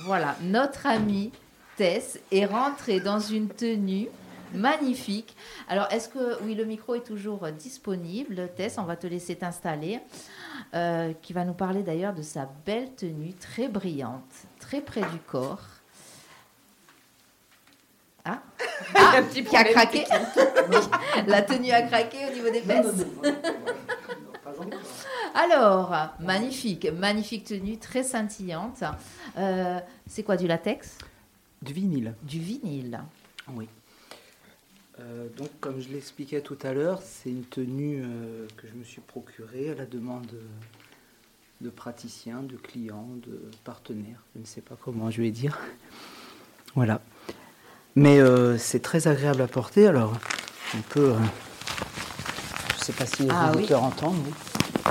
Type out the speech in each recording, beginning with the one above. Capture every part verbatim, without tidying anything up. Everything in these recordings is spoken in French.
Voilà, notre amie Tess est rentrée dans une tenue magnifique. Alors, est-ce que... Oui, le micro est toujours disponible. Tess, on va te laisser t'installer. Euh, qui va nous parler d'ailleurs de sa belle tenue, très brillante, très près du corps. Ah, ah un petit qui a craqué. La tenue a craqué au niveau des fesses. Alors, magnifique, magnifique tenue, très scintillante. Euh, c'est quoi, du latex ? Du vinyle. Du vinyle. Oui. Euh, donc, comme je l'expliquais tout à l'heure, c'est une tenue euh, que je me suis procurée à la demande de, de praticiens, de clients, de partenaires. Je ne sais pas comment je vais dire. Voilà. Mais euh, c'est très agréable à porter. Alors, on peut... Euh, je ne sais pas si les ah, auditeurs oui. entendent. Oui.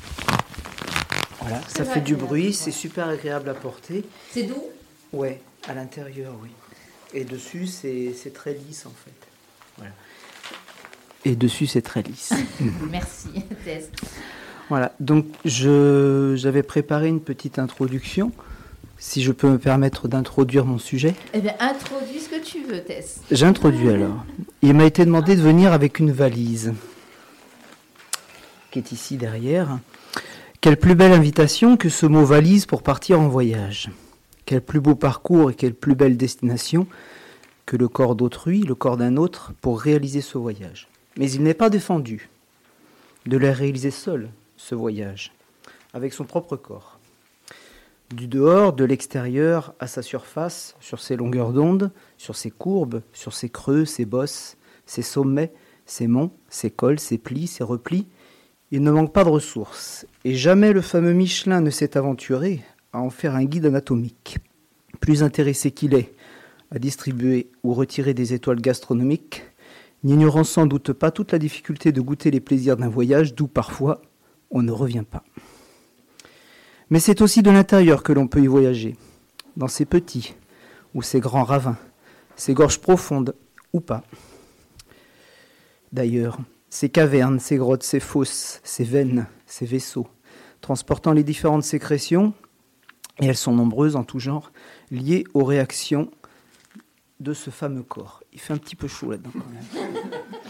Voilà, c'est ça fait du bruit. Ouais. C'est super agréable à porter. C'est doux ? Ouais, à l'intérieur, oui. Et dessus, c'est, c'est très lisse, en fait. Voilà. Et dessus, c'est très lisse. Merci, Tess. Voilà, donc je, j'avais préparé une petite introduction, si je peux me permettre d'introduire mon sujet. Eh bien, introduis ce que tu veux, Tess. J'introduis alors. Il m'a été demandé de venir avec une valise, qui est ici derrière. Quelle plus belle invitation que ce mot valise pour partir en voyage. Quel plus beau parcours et quelle plus belle destination que le corps d'autrui, le corps d'un autre, pour réaliser ce voyage. Mais il n'est pas défendu de le réaliser seul, ce voyage, avec son propre corps. Du dehors, de l'extérieur, à sa surface, sur ses longueurs d'onde, sur ses courbes, sur ses creux, ses bosses, ses sommets, ses monts, ses cols, ses plis, ses replis, il ne manque pas de ressources. Et jamais le fameux Michelin ne s'est aventuré à en faire un guide anatomique. Plus intéressé qu'il est à distribuer ou retirer des étoiles gastronomiques, n'ignorant sans doute pas toute la difficulté de goûter les plaisirs d'un voyage d'où parfois on ne revient pas. Mais c'est aussi de l'intérieur que l'on peut y voyager, dans ces petits ou ces grands ravins, ces gorges profondes ou pas. D'ailleurs, ces cavernes, ces grottes, ces fosses, ces veines, ces vaisseaux, transportant les différentes sécrétions, et elles sont nombreuses en tout genre, liées aux réactions de ce fameux corps. Il fait un petit peu chaud là-dedans quand même.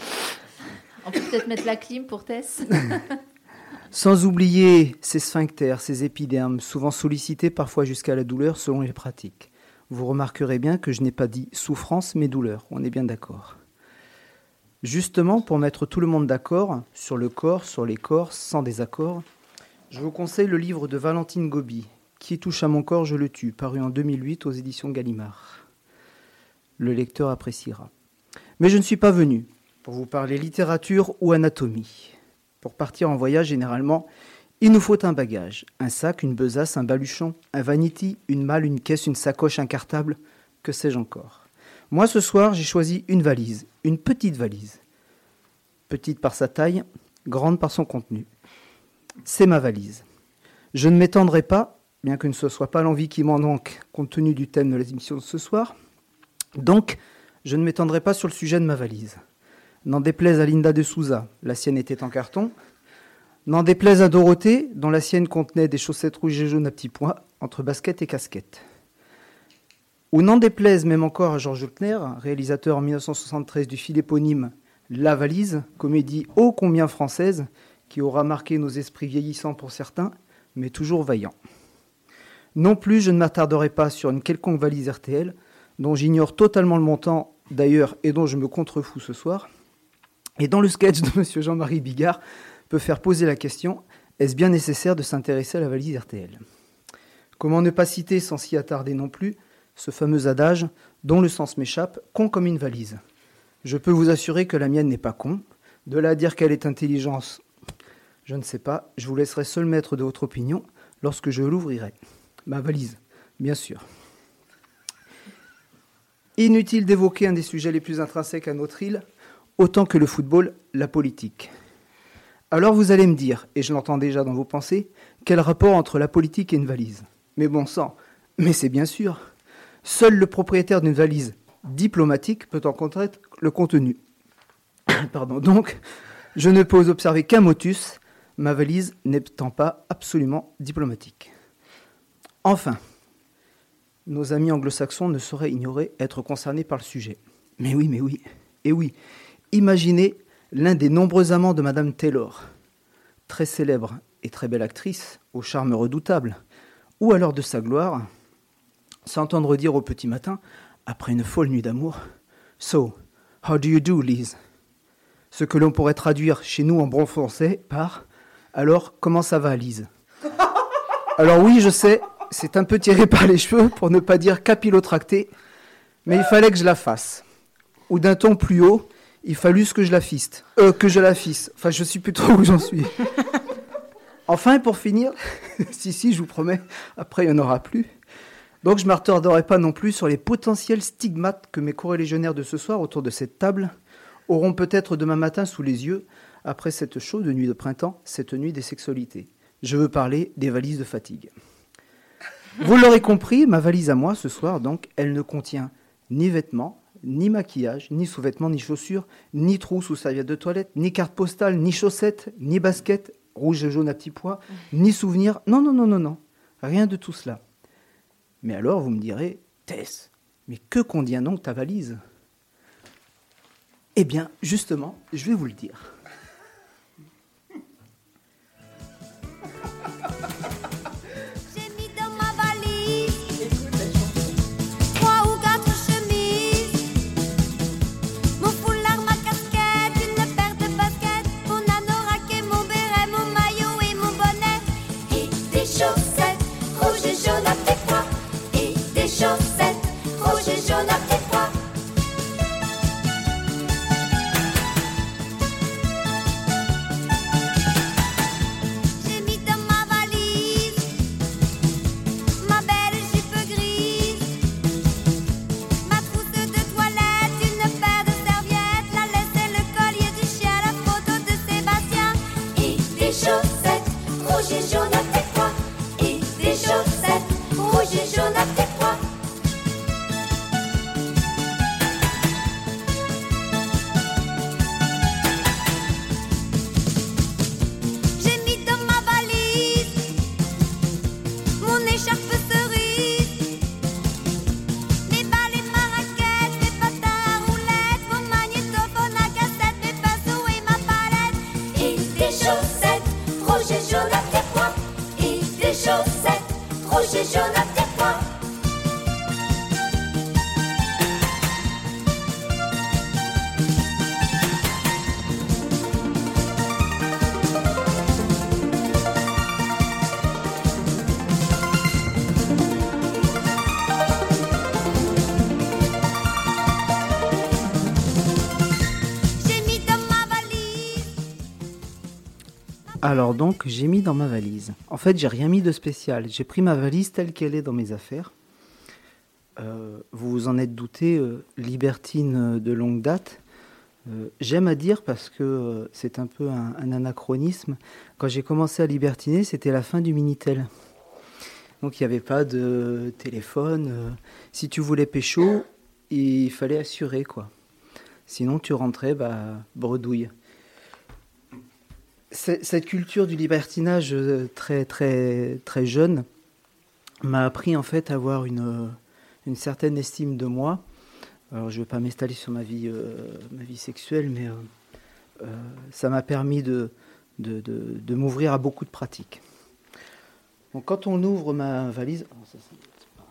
On peut peut-être mettre la clim pour Tess. Sans oublier ces sphincters, ces épidermes, souvent sollicités parfois jusqu'à la douleur selon les pratiques. Vous remarquerez bien que je n'ai pas dit souffrance mais douleur, on est bien d'accord. Justement, pour mettre tout le monde d'accord sur le corps, sur les corps, sans désaccord, je vous conseille le livre de Valentine Gobi, Qui touche à mon corps, je le tue, paru en deux mille huit aux éditions Gallimard. Le lecteur appréciera. Mais je ne suis pas venu pour vous parler littérature ou anatomie. Pour partir en voyage, généralement, il nous faut un bagage, un sac, une besace, un baluchon, un vanity, une malle, une caisse, une sacoche, un cartable, que sais-je encore. Moi, ce soir, j'ai choisi une valise, une petite valise. Petite par sa taille, grande par son contenu. C'est ma valise. Je ne m'étendrai pas, bien que ce ne soit pas l'envie qui m'en manque, compte tenu du thème de l'émission de ce soir. Donc, je ne m'étendrai pas sur le sujet de ma valise. N'en déplaise à Linda de Souza, la sienne était en carton. N'en déplaise à Dorothée, dont la sienne contenait des chaussettes rouges et jaunes à petits pois, entre basket et casquette. Ou n'en déplaise même encore à Georges Lautner, réalisateur en dix-neuf cent soixante-treize du film éponyme La Valise, comédie ô combien française, qui aura marqué nos esprits vieillissants pour certains, mais toujours vaillants. Non plus, je ne m'attarderai pas sur une quelconque valise R T L, dont j'ignore totalement le montant d'ailleurs et dont je me contrefous ce soir, et dont le sketch de M. Jean-Marie Bigard peut faire poser la question, est-ce bien nécessaire de s'intéresser à la valise R T L ? Comment ne pas citer, sans s'y attarder non plus, ce fameux adage dont le sens m'échappe, con comme une valise. Je peux vous assurer que la mienne n'est pas con, de là à dire qu'elle est intelligence, je ne sais pas, je vous laisserai seul maître de votre opinion lorsque je l'ouvrirai. Ma valise, bien sûr. Inutile d'évoquer un des sujets les plus intrinsèques à notre île, autant que le football, la politique. Alors vous allez me dire, et je l'entends déjà dans vos pensées, quel rapport entre la politique et une valise ? Mais bon sang, mais c'est bien sûr. Seul le propriétaire d'une valise diplomatique peut en connaître le contenu. Pardon. Donc, je ne peux observer qu'un motus, ma valise n'étant pas absolument diplomatique. Enfin, nos amis anglo-saxons ne sauraient ignorer être concernés par le sujet. Mais oui, mais oui, et oui. Imaginez l'un des nombreux amants de Madame Taylor, très célèbre et très belle actrice, au charme redoutable, ou à l'heure de sa gloire, s'entendre dire au petit matin, après une folle nuit d'amour, « So, how do you do, Lise ?» Ce que l'on pourrait traduire chez nous en bon français par « Alors, comment ça va, Lise ?» Alors oui, je sais, c'est un peu tiré par les cheveux, pour ne pas dire capillotracté, mais il fallait que je la fasse. Ou d'un ton plus haut, il fallut que je la fiste. Euh, que je la fisse. Enfin, je sais plus trop où j'en suis. Enfin, et pour finir, si, si, je vous promets, après, il n'y en aura plus. Donc, je ne m'attarderai pas non plus sur les potentiels stigmates que mes corélégionnaires de ce soir, autour de cette table, auront peut-être demain matin sous les yeux, après cette chaude nuit de printemps, cette nuit des sexualités. Je veux parler des valises de fatigue. Vous l'aurez compris, ma valise à moi, ce soir, donc, elle ne contient ni vêtements, ni maquillage, ni sous-vêtements, ni chaussures, ni trousse ou serviette de toilette, ni carte postale, ni chaussettes, ni baskets, rouge et jaune à petits pois, ni souvenirs. Non, non, non, non, non. Rien de tout cela. Mais alors, vous me direz, Tess, mais que contient donc ta valise ? Eh bien, justement, je vais vous le dire. J'ai mis dans ma valise trois ou quatre chemises, mon foulard, ma casquette, une paire de baskets, mon anorak et mon béret, mon maillot et mon bonnet, et des chaussettes rouges et jaunes à petits pois, et des chaussettes rouges et jaunes à petits pois. J'ai mis dans ma valise ma belle jupe grise, ma trousse de toilette, une paire de serviettes, la laisse et le collier du chien, la photo de Sébastien, et des chaussettes rouges et jaunes à petits pois, et des chaussettes rouges et jaunes à petits pois. J'ai mis dans ma valise mon écharpe cerise, mes balais, ma raquette, mes patins à roulettes, mon magnétophone à cassette, mes pinceaux et ma palette, et des chaussettes rouges et jaunes à petits pois, et des chaussettes rouges et jaunes à petits pois. J'ai mis dans ma valise. Alors donc, j'ai mis dans ma valise. En fait, j'ai rien mis de spécial. J'ai pris ma valise telle qu'elle est dans mes affaires. Euh, vous vous en êtes douté, euh, libertine de longue date. Euh, j'aime à dire parce que euh, c'est un peu un, un anachronisme. Quand j'ai commencé à libertiner, c'était la fin du Minitel. Donc il n'y avait pas de téléphone. Euh, si tu voulais pécho, il fallait assurer, quoi. Sinon, tu rentrais, bah, bredouille. C'est- Cette culture du libertinage euh, très, très, très jeune m'a appris en fait à avoir une, euh, une certaine estime de moi. Alors, je ne vais pas m'installer sur ma vie, euh, ma vie sexuelle, mais euh, euh, ça m'a permis de, de, de, de m'ouvrir à beaucoup de pratiques. Donc, quand on ouvre ma valise, oh, ça, ça,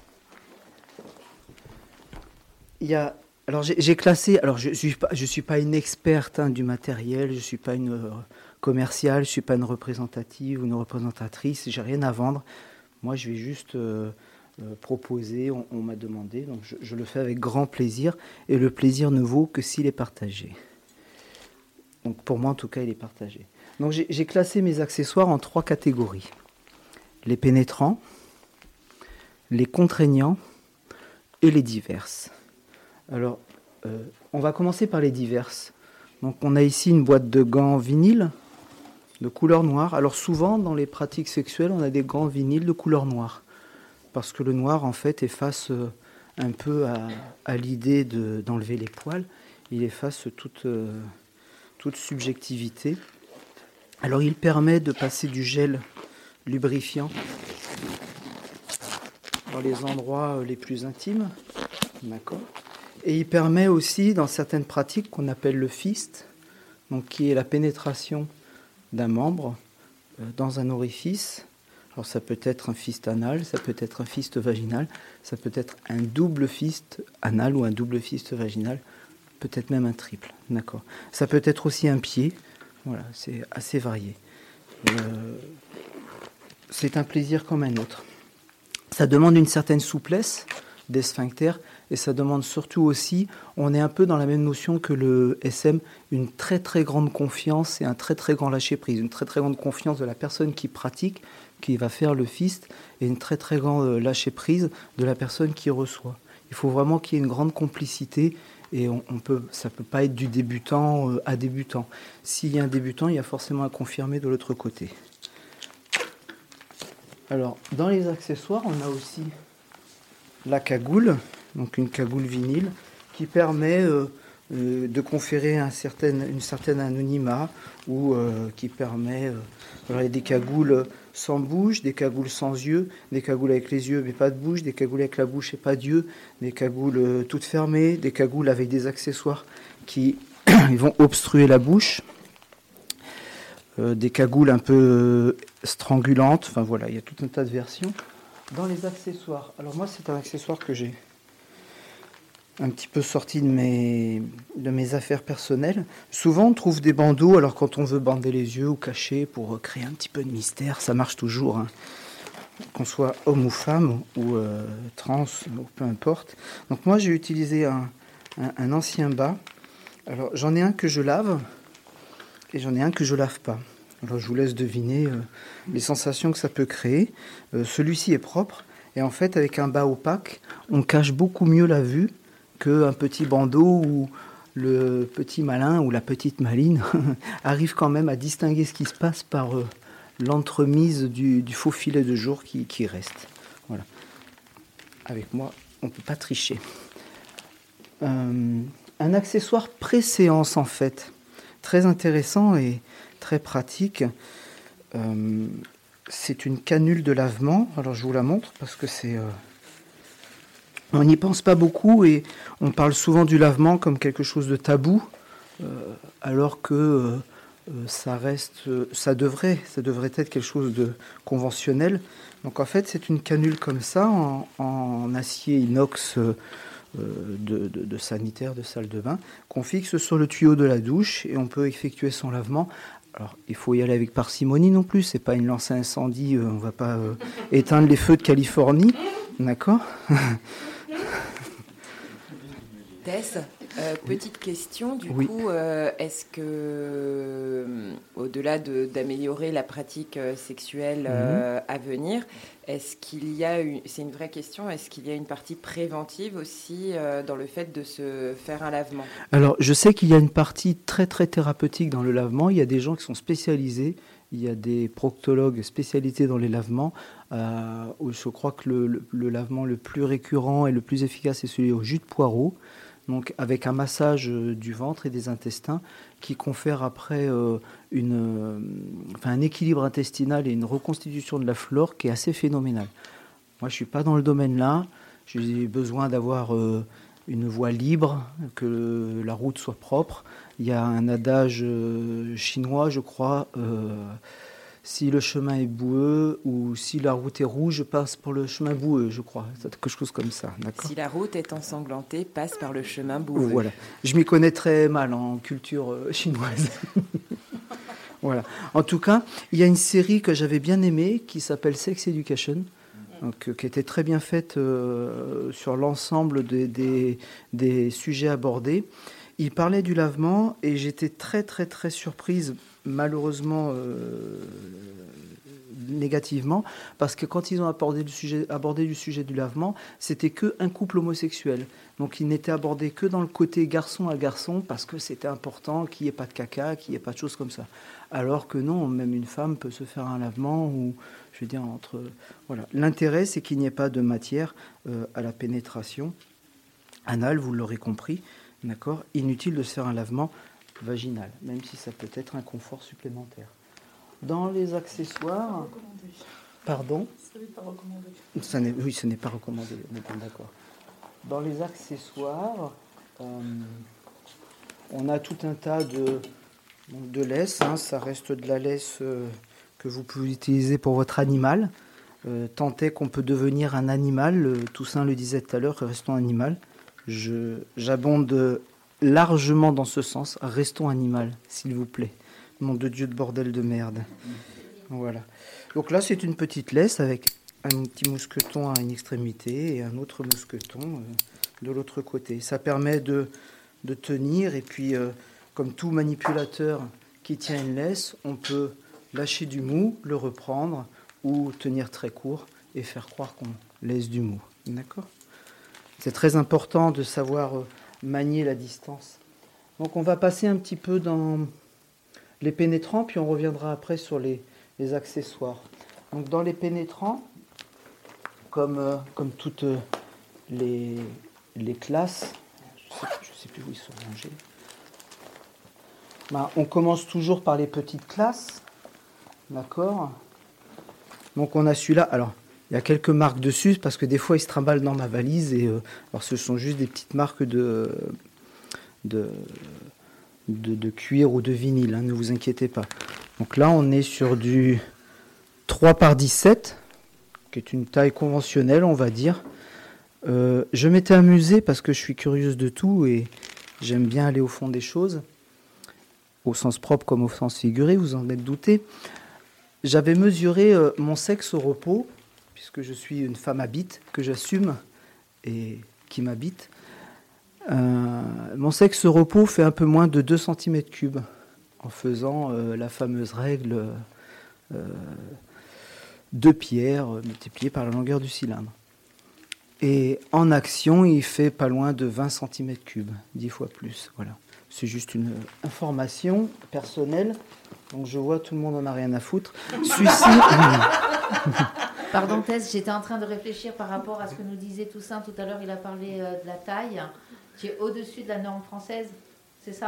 il y a, alors j'ai j'ai classé, alors je ne suis, pas- je suis pas une experte hein, du matériel, je ne suis pas une euh, commerciale, je ne suis pas une représentative ou une représentatrice, j'ai rien à vendre. Moi, je vais juste euh, euh, proposer, on, on m'a demandé, donc je, je le fais avec grand plaisir, et le plaisir ne vaut que s'il est partagé. Donc pour moi, en tout cas, il est partagé. Donc j'ai j'ai classé mes accessoires en trois catégories. Les pénétrants, les contraignants et les diverses. Alors, euh, on va commencer par les diverses. Donc on a ici une boîte de gants vinyle de couleur noire. Alors souvent, dans les pratiques sexuelles, on a des gants vinyles de couleur noire. Parce que le noir, en fait, efface euh, un peu à, à l'idée de- d'enlever les poils. Il efface toute, euh, toute subjectivité. Alors il permet de passer du gel lubrifiant dans les endroits les plus intimes. D'accord. Et il permet aussi, dans certaines pratiques qu'on appelle le fist, donc qui est la pénétration d'un membre euh, dans un orifice. Alors ça peut être un fist anal, ça peut être un fist vaginal, ça peut être un double fist anal ou un double fist vaginal, peut-être même un triple. D'accord. Ça peut être aussi un pied. Voilà, c'est assez varié. Euh, c'est un plaisir comme un autre. Ça demande une certaine souplesse des sphincters et ça demande surtout aussi, on est un peu dans la même notion que le S M, une très très grande confiance et un très très grand lâcher-prise, une très très grande confiance de la personne qui pratique, qui va faire le fist, et une très très grande lâcher-prise de la personne qui reçoit. Il faut vraiment qu'il y ait une grande complicité et on, on peut, ça ne peut pas être du débutant à débutant. S'il y a un débutant, il y a forcément un confirmé de l'autre côté. Alors, dans les accessoires, on a aussi la cagoule, donc une cagoule vinyle, qui permet euh, euh, de conférer un certain, une certaine anonymat, ou euh, qui permet... Euh, alors, il y a des cagoules sans bouche, des cagoules sans yeux, des cagoules avec les yeux mais pas de bouche, des cagoules avec la bouche et pas d'yeux, des cagoules euh, toutes fermées, des cagoules avec des accessoires qui ils vont obstruer la bouche, euh, des cagoules un peu euh, strangulantes, enfin voilà, il y a tout un tas de versions. Dans les accessoires, alors moi c'est un accessoire que j'ai un petit peu sorti de mes, de mes affaires personnelles. Souvent, on trouve des bandeaux, alors quand on veut bander les yeux ou cacher pour créer un petit peu de mystère, ça marche toujours, hein. Qu'on soit homme ou femme, ou euh, trans, ou peu importe. Donc moi, j'ai utilisé un, un, un ancien bas. Alors, j'en ai un que je lave, et j'en ai un que je lave pas. Alors, je vous laisse deviner euh, les sensations que ça peut créer. Euh, celui-ci est propre, et en fait, avec un bas opaque, on cache beaucoup mieux la vue qu'un petit bandeau où le petit malin ou la petite maline arrive quand même à distinguer ce qui se passe par euh, l'entremise du, du faux filet de jour qui, qui reste. Voilà. Avec moi, on ne peut pas tricher. Euh, un accessoire pré-séance, en fait, très intéressant et très pratique. Euh, c'est une canule de lavement. Alors, je vous la montre parce que c'est... Euh, on n'y pense pas beaucoup et on parle souvent du lavement comme quelque chose de tabou, euh, alors que euh, ça reste, ça devrait, ça devrait être quelque chose de conventionnel. Donc en fait, c'est une canule comme ça, en, en acier inox euh, de, de, de sanitaire, de salle de bain, qu'on fixe sur le tuyau de la douche et on peut effectuer son lavement. Alors, il faut y aller avec parcimonie non plus, c'est pas une lance à incendie, euh, on va pas euh, éteindre les feux de Californie, d'accord ? Tess, euh, petite question, du oui. coup, euh, est-ce que, euh, au-delà de, d'améliorer la pratique euh, sexuelle euh, mmh. à venir, est-ce qu'il y a une, c'est une vraie question, est-ce qu'il y a une partie préventive aussi euh, dans le fait de se faire un lavement ? Alors, je sais qu'il y a une partie très très thérapeutique dans le lavement, il y a des gens qui sont spécialisés, il y a des proctologues spécialisés dans les lavements. Euh, je crois que le, le, le lavement le plus récurrent et le plus efficace est celui au jus de poireau, donc avec un massage du ventre et des intestins qui confère après euh, une, euh, enfin un équilibre intestinal et une reconstitution de la flore qui est assez phénoménale. Moi, je ne suis pas dans le domaine là. J'ai besoin d'avoir euh, une voie libre, que la route soit propre. Il y a un adage euh, chinois, je crois, euh, si le chemin est boueux ou si la route est rouge, passe pour le chemin boueux, je crois. C'est quelque chose comme ça, d'accord ? Si la route est ensanglantée, passe par le chemin boueux. Voilà. Je m'y connais très mal en culture euh, chinoise. Voilà. En tout cas, il y a une série que j'avais bien aimée qui s'appelle Sex Education. Donc, euh, qui était très bien faite euh, sur l'ensemble des, des, des sujets abordés. Il parlait du lavement et j'étais très très très surprise, malheureusement euh, négativement, parce que quand ils ont abordé le sujet, abordé le sujet du lavement, c'était qu'un couple homosexuel. Donc il n'était abordé que dans le côté garçon à garçon, parce que c'était important qu'il n'y ait pas de caca, qu'il n'y ait pas de choses comme ça. Alors que non, même une femme peut se faire un lavement ou... Je veux dire, entre, voilà. L'intérêt, c'est qu'il n'y ait pas de matière euh, à la pénétration anale, vous l'aurez compris, d'accord ? Inutile de se faire un lavement vaginal, même si ça peut être un confort supplémentaire. Dans les accessoires... Pardon ? Ce n'est pas recommandé. Ça n'est, oui, ce n'est pas recommandé, on est bien d'accord. Dans les accessoires, euh, on a tout un tas de, donc de laisse. Hein, ça reste de la laisse euh, que vous pouvez utiliser pour votre animal. Euh, tant est qu'on peut devenir un animal. Euh, Toussaint le disait tout à l'heure, restons animal. Je, j'abonde largement dans ce sens. Restons animal, s'il vous plaît. Nom de Dieu de bordel de merde. Voilà. Donc là, c'est une petite laisse avec un petit mousqueton à une extrémité et un autre mousqueton euh, de l'autre côté. Ça permet de, de tenir et puis, euh, comme tout manipulateur qui tient une laisse, on peut lâcher du mou, le reprendre ou tenir très court et faire croire qu'on laisse du mou. D'accord ? C'est très important de savoir euh, manier la distance. Donc on va passer un petit peu dans les pénétrants, puis on reviendra après sur les, les accessoires. Donc dans les pénétrants, comme, euh, comme toutes euh, les, les classes, je ne sais, je sais plus où ils sont rangés, ben, on commence toujours par les petites classes, d'accord ? Donc on a celui-là, alors il y a quelques marques dessus, parce que des fois ils se trimballent dans ma valise, et euh, alors ce sont juste des petites marques de, de, de, de cuir ou de vinyle, hein, ne vous inquiétez pas. Donc là on est sur du trois par dix-sept, qui est une taille conventionnelle, on va dire. Euh, je m'étais amusé parce que je suis curieuse de tout et j'aime bien aller au fond des choses, au sens propre comme au sens figuré, vous en êtes douté. J'avais mesuré euh, mon sexe au repos, puisque je suis une femme habite, que j'assume et qui m'habite. Euh, mon sexe au repos fait un peu moins de deux centimètres cubes, en faisant euh, la fameuse règle euh, de pierre multipliée par la longueur du cylindre. Et en action, il fait pas loin de vingt centimètres cubes, dix fois plus. Voilà. C'est juste une information personnelle. Donc je vois, tout le monde en a rien à foutre. Celui-ci... Pardon Tess, j'étais en train de réfléchir par rapport à ce que nous disait Toussaint tout à l'heure. Il a parlé euh, de la taille. Tu es au-dessus de la norme française, c'est ça ?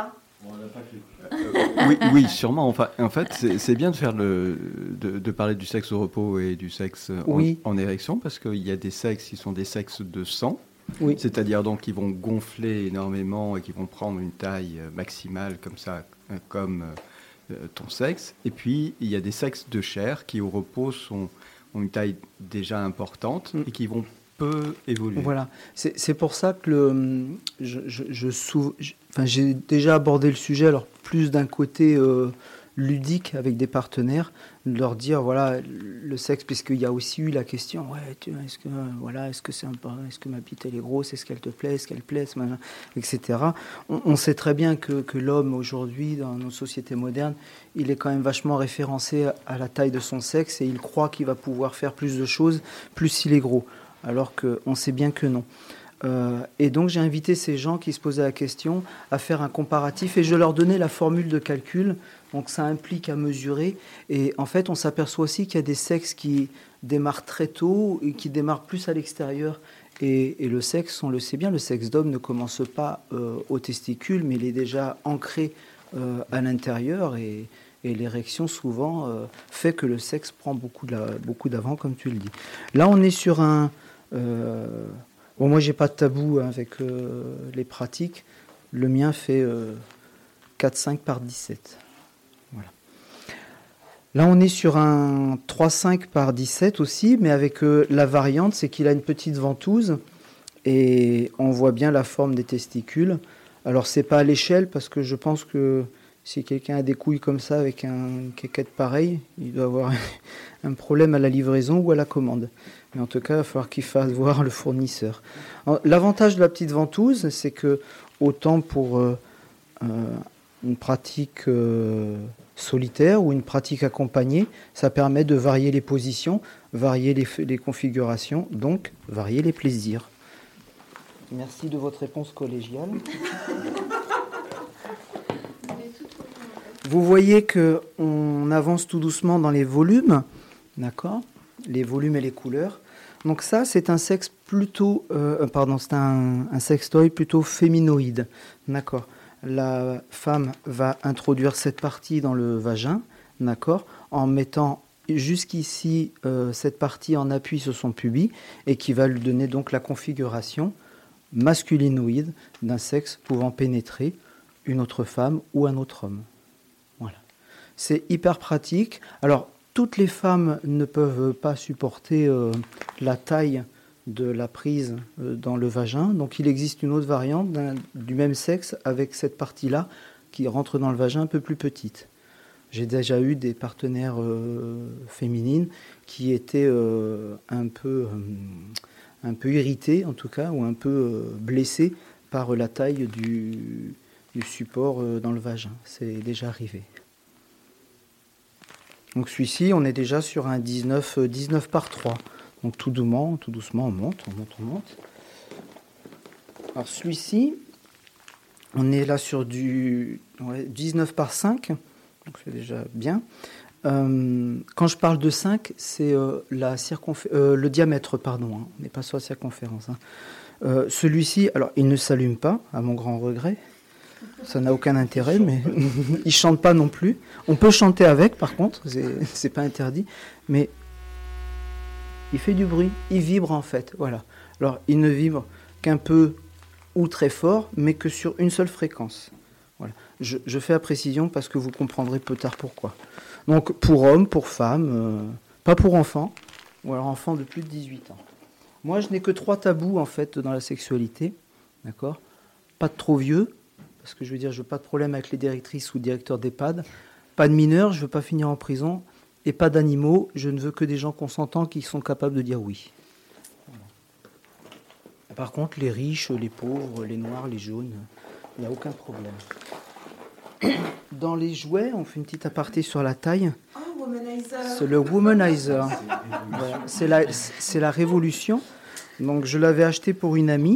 Euh, oui, oui, sûrement. Enfin, en fait, c'est, c'est bien de faire le, de, de parler du sexe au repos et du sexe en, oui. en érection, parce qu'il y a des sexes qui sont des sexes de sang, oui. C'est-à-dire donc qui vont gonfler énormément et qui vont prendre une taille maximale comme ça, comme euh, ton sexe. Et puis il y a des sexes de chair qui au repos sont ont une taille déjà importante mm. et qui vont peu évoluer. Voilà, c'est, c'est pour ça que le, je, je, je sou, je, enfin, j'ai déjà abordé le sujet, alors plus d'un côté euh, ludique avec des partenaires, de leur dire voilà le sexe, puisqu'il y a aussi eu la question ouais tu, est-ce que voilà est-ce que c'est un, est-ce que ma bite elle est grosse, est-ce qu'elle te plaît, est-ce qu'elle plaît, et cetera. On, on sait très bien que, que l'homme aujourd'hui dans nos sociétés modernes, il est quand même vachement référencé à la taille de son sexe et il croit qu'il va pouvoir faire plus de choses plus il est gros, alors qu'on sait bien que non. Euh, et donc j'ai invité ces gens qui se posaient la question à faire un comparatif et je leur donnais la formule de calcul. Donc ça implique à mesurer et en fait on s'aperçoit aussi qu'il y a des sexes qui démarrent très tôt et qui démarrent plus à l'extérieur et, et le sexe, on le sait bien, le sexe d'homme ne commence pas euh, aux testicules mais il est déjà ancré euh, à l'intérieur et, et l'érection souvent euh, fait que le sexe prend beaucoup, de la, beaucoup d'avant comme tu le dis. Là on est sur un... Euh, bon moi j'ai pas de tabou hein, avec euh, les pratiques, le mien fait euh, quatre cinq par dix-sept. Voilà. Là, on est sur un trois cinq par dix-sept aussi, mais avec euh, la variante, c'est qu'il a une petite ventouse et on voit bien la forme des testicules. Alors, c'est pas à l'échelle parce que je pense que si quelqu'un a des couilles comme ça avec un kékette pareil, il doit avoir un problème à la livraison ou à la commande. Mais en tout cas, il va falloir qu'il fasse voir le fournisseur. Alors, l'avantage de la petite ventouse, c'est que autant pour euh, euh, une pratique euh, solitaire ou une pratique accompagnée, ça permet de varier les positions, varier les, les configurations, donc varier les plaisirs. Merci de votre réponse collégiale. Vous voyez qu'on avance tout doucement dans les volumes, d'accord ? Les volumes et les couleurs. Donc ça, c'est un sexe plutôt, euh, pardon, c'est un, un sextoy plutôt féminoïde, d'accord ? La femme va introduire cette partie dans le vagin, d'accord, en mettant jusqu'ici euh, cette partie en appui sur son pubis et qui va lui donner donc la configuration masculinoïde d'un sexe pouvant pénétrer une autre femme ou un autre homme. Voilà. C'est hyper pratique. Alors, toutes les femmes ne peuvent pas supporter euh, la taille de la prise euh, dans le vagin. Donc, il existe une autre variante d'un- du même sexe avec cette partie-là qui rentre dans le vagin un peu plus petite. J'ai déjà eu des partenaires euh, féminines qui étaient euh, un peu, euh, un peu irritées, en tout cas, ou un peu euh, blessées par la taille du, du support euh, dans le vagin. C'est déjà arrivé. Donc celui-ci, on est déjà sur un dix-neuf, euh, dix-neuf par trois. Donc tout doucement, tout doucement, on monte, on monte, on monte. Alors celui-ci, on est là sur du ouais, dix-neuf par cinq. Donc c'est déjà bien. Euh, quand je parle de cinq, c'est euh, la circonfé- euh, le diamètre, pardon. Hein. On n'est pas sur la circonférence. Hein. Euh, celui-ci, alors il ne s'allume pas, à mon grand regret. Ça n'a aucun intérêt, mais il chante pas non plus. On peut chanter avec, par contre, c'est, c'est pas interdit. Mais il fait du bruit, il vibre en fait. Voilà. Alors il ne vibre qu'un peu ou très fort, mais que sur une seule fréquence. Voilà. Je, je fais la précision parce que vous comprendrez plus tard pourquoi. Donc pour hommes, pour femmes, euh, pas pour enfants, ou alors enfants de plus de dix-huit ans. Moi, je n'ai que trois tabous en fait dans la sexualité, d'accord ? Pas de trop vieux, parce que je veux dire, je veux pas de problème avec les directrices ou directeurs d'EHPAD. Pas de mineurs, je veux pas finir en prison. Et pas d'animaux, je ne veux que des gens consentants qui sont capables de dire oui. Voilà. Par contre, les riches, les pauvres, les noirs, les jaunes, il n'y a aucun problème. Dans les jouets, on fait une petite aparté sur la taille. Oh, womanizer. C'est le womanizer. Voilà. C'est la, c'est la révolution. Donc, je l'avais acheté pour une amie.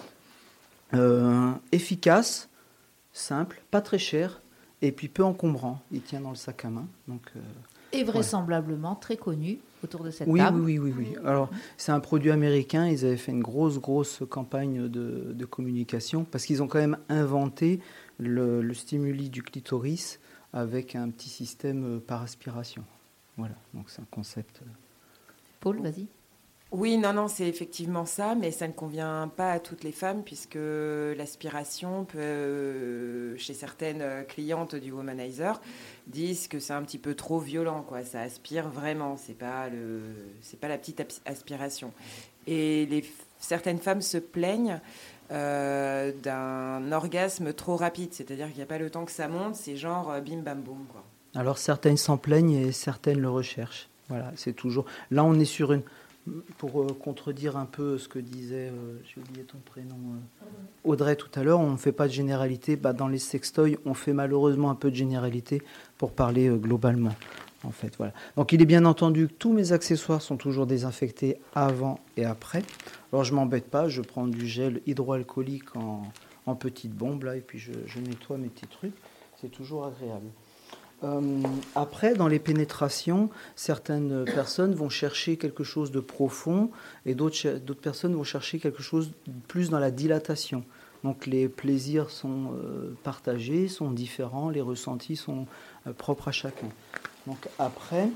Euh, efficace, simple, pas très cher, et puis peu encombrant. Il tient dans le sac à main. Donc, euh, Et vraisemblablement très connu autour de cette oui, table. oui, oui, oui, oui. Alors, c'est un produit américain. Ils avaient fait une grosse, grosse campagne de, de communication parce qu'ils ont quand même inventé le, le stimuli du clitoris avec un petit système par aspiration. Voilà, donc c'est un concept. Paul, vas-y. Oui, non, non, c'est effectivement ça, mais ça ne convient pas à toutes les femmes puisque l'aspiration peut, euh, chez certaines clientes du womanizer, disent que c'est un petit peu trop violent, quoi. Ça aspire vraiment, c'est pas le, c'est pas la petite aspiration. Et les, certaines femmes se plaignent euh, d'un orgasme trop rapide, c'est-à-dire qu'il n'y a pas le temps que ça monte, c'est genre euh, bim bam boum, quoi. Alors certaines s'en plaignent et certaines le recherchent. Voilà, c'est toujours. Là, on est sur une. Pour euh, contredire un peu ce que disait, euh, j'ai oublié ton prénom, euh, Audrey tout à l'heure, on ne fait pas de généralité. Bah, dans les sextoys, on fait malheureusement un peu de généralité pour parler euh, globalement. En fait, voilà. Donc il est bien entendu que tous mes accessoires sont toujours désinfectés avant et après. Alors je ne m'embête pas, je prends du gel hydroalcoolique en, en petites bombes là, et puis je, je nettoie mes petits trucs. C'est toujours agréable. Euh, après, dans les pénétrations, certaines personnes vont chercher quelque chose de profond et d'autres, d'autres personnes vont chercher quelque chose de plus dans la dilatation. Donc les plaisirs sont euh, partagés, sont différents, les ressentis sont euh, propres à chacun. Donc après,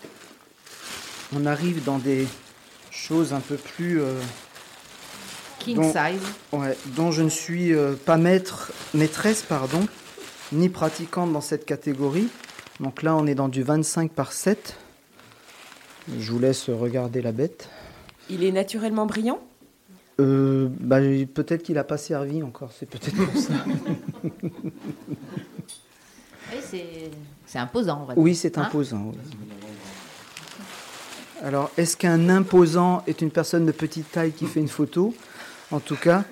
on arrive dans des choses un peu plus... Euh, King dont, size. Ouais, dont je ne suis euh, pas maître, maîtresse, pardon, ni pratiquante dans cette catégorie. Donc là, on est dans du vingt-cinq par sept. Je vous laisse regarder la bête. Il est naturellement brillant ? euh, bah, Peut-être qu'il n'a pas servi encore, c'est peut-être pour ça. Oui, c'est, c'est imposant, on va dire. Oui, c'est imposant. Hein, oui. Alors, est-ce qu'un imposant est une personne de petite taille qui fait une photo ? En tout cas,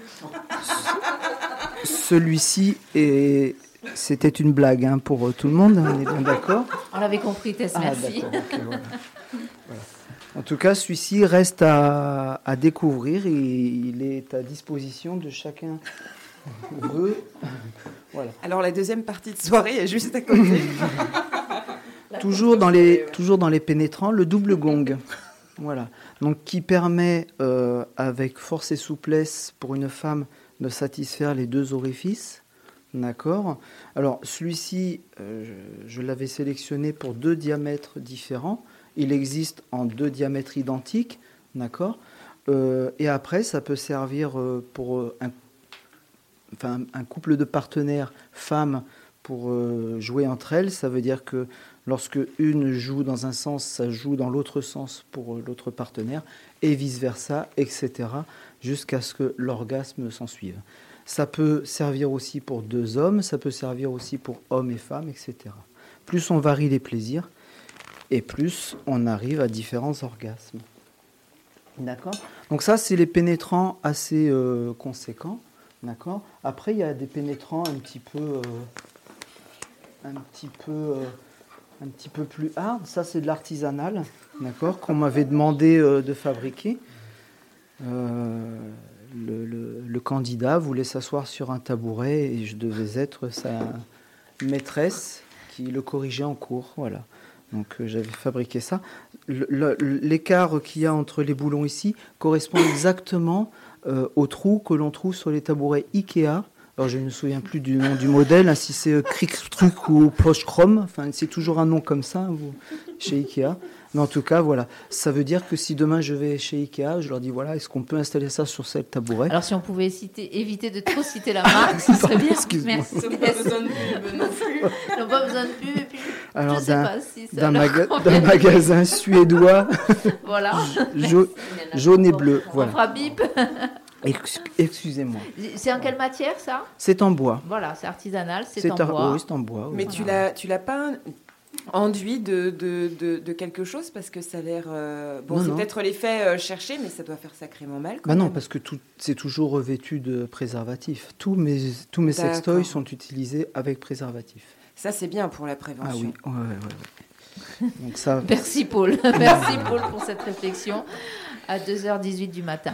celui-ci est... C'était une blague hein, pour tout le monde, on est bien d'accord. On l'avait compris, Tess, Ah, merci. d'accord, okay, voilà. Voilà. En tout cas, celui-ci reste à, à découvrir et il est à disposition de chacun veut. Voilà. Alors la deuxième partie de soirée est juste à côté. toujours, dans les, toujours dans les pénétrants, le double gong. Voilà. Donc, qui permet, euh, avec force et souplesse, pour une femme, de satisfaire les deux orifices. D'accord. Alors, celui-ci, euh, je, je l'avais sélectionné pour deux diamètres différents. Il existe en deux diamètres identiques, d'accord. Euh, et après, ça peut servir euh, pour euh, un, enfin, un couple de partenaires femmes pour euh, jouer entre elles. Ça veut dire que lorsque une joue dans un sens, ça joue dans l'autre sens pour euh, l'autre partenaire, et vice-versa, et cetera, jusqu'à ce que l'orgasme s'en suive. Ça peut servir aussi pour deux hommes, ça peut servir aussi pour hommes et femmes, et cetera. Plus on varie les plaisirs, et plus on arrive à différents orgasmes. D'accord. Donc ça, c'est les pénétrants assez euh, conséquents. D'accord. Après, il y a des pénétrants un petit peu, euh, un petit peu, euh, un petit peu plus hard. Ça, c'est de l'artisanal, d'accord, qu'on m'avait demandé euh, de fabriquer. Euh, le, le, le candidat voulait s'asseoir sur un tabouret et je devais être sa maîtresse qui le corrigeait en cours. Voilà. Donc euh, j'avais fabriqué ça. Le, le, l'écart qu'il y a entre les boulons ici correspond exactement euh, au trou que l'on trouve sur les tabourets Ikea. Alors je ne me souviens plus du nom du modèle, hein, si c'est euh, Kriegstruck ou Poschrom, enfin c'est toujours un nom comme ça hein, vous, chez Ikea. Mais en tout cas, voilà, ça veut dire que si demain je vais chez Ikea, je leur dis voilà, est-ce qu'on peut installer ça sur cette tabouret ? Alors si on pouvait citer, éviter de trop citer la marque, ce serait bien. Excuse-moi. Merci. Ils n'ont pas besoin de pub non plus. Ils n'ont pas besoin de pub. Et puis, Alors je sais d'un, pas si ça d'un, leur maga- convient. d'un magasin suédois, Voilà. ja- jaune et bleu. On Voilà. fera bip. Ex- excusez-moi. C'est en quelle matière ça ? C'est en bois. Voilà, c'est artisanal, c'est, C'est en ar- bois. Oui, c'est en bois. Oui. Mais tu l'as, tu l'as pas enduit de, de, de, de quelque chose parce que ça a l'air. euh, Bon, Non, c'est non. peut-être l'effet euh, cherché, mais ça doit faire sacrément mal. Quand Bah non, même. parce que tout, c'est toujours revêtu de préservatif. Tous mes, tous mes D'accord. sextoys sont utilisés avec préservatif. Ça, c'est bien pour la prévention. Ah oui, ouais, ouais, ouais. Donc ça, Merci Paul. Merci Paul pour cette réflexion à deux heures dix-huit du matin.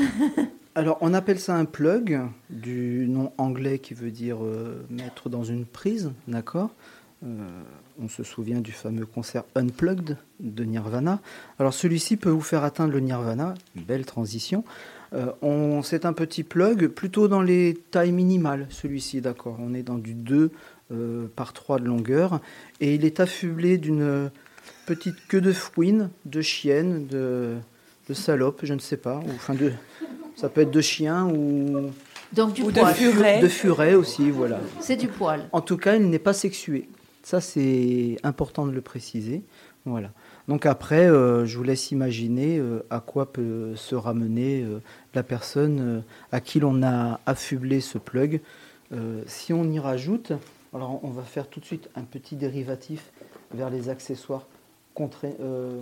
alors on appelle ça un plug, du nom anglais qui veut dire euh, mettre dans une prise, d'accord. Euh, on se souvient du fameux concert Unplugged de Nirvana. Alors celui-ci peut vous faire atteindre le Nirvana, une belle transition. Euh, on, c'est un petit plug, plutôt dans les tailles minimales, celui-ci, d'accord. On est dans du deux euh, par trois de longueur, et il est affublé d'une petite queue de fouine, de chienne, de, de salope, je ne sais pas, ou, enfin de, ça peut être de chien ou, Donc du Ou de poil. furet. de furet aussi, voilà. C'est du poil. En tout cas, il n'est pas sexué. Ça, c'est important de le préciser. Voilà. Donc après, euh, je vous laisse imaginer euh, à quoi peut se ramener euh, la personne euh, à qui l'on a affublé ce plug. Euh, si on y rajoute, alors on va faire tout de suite un petit dérivatif vers les accessoires contra- euh,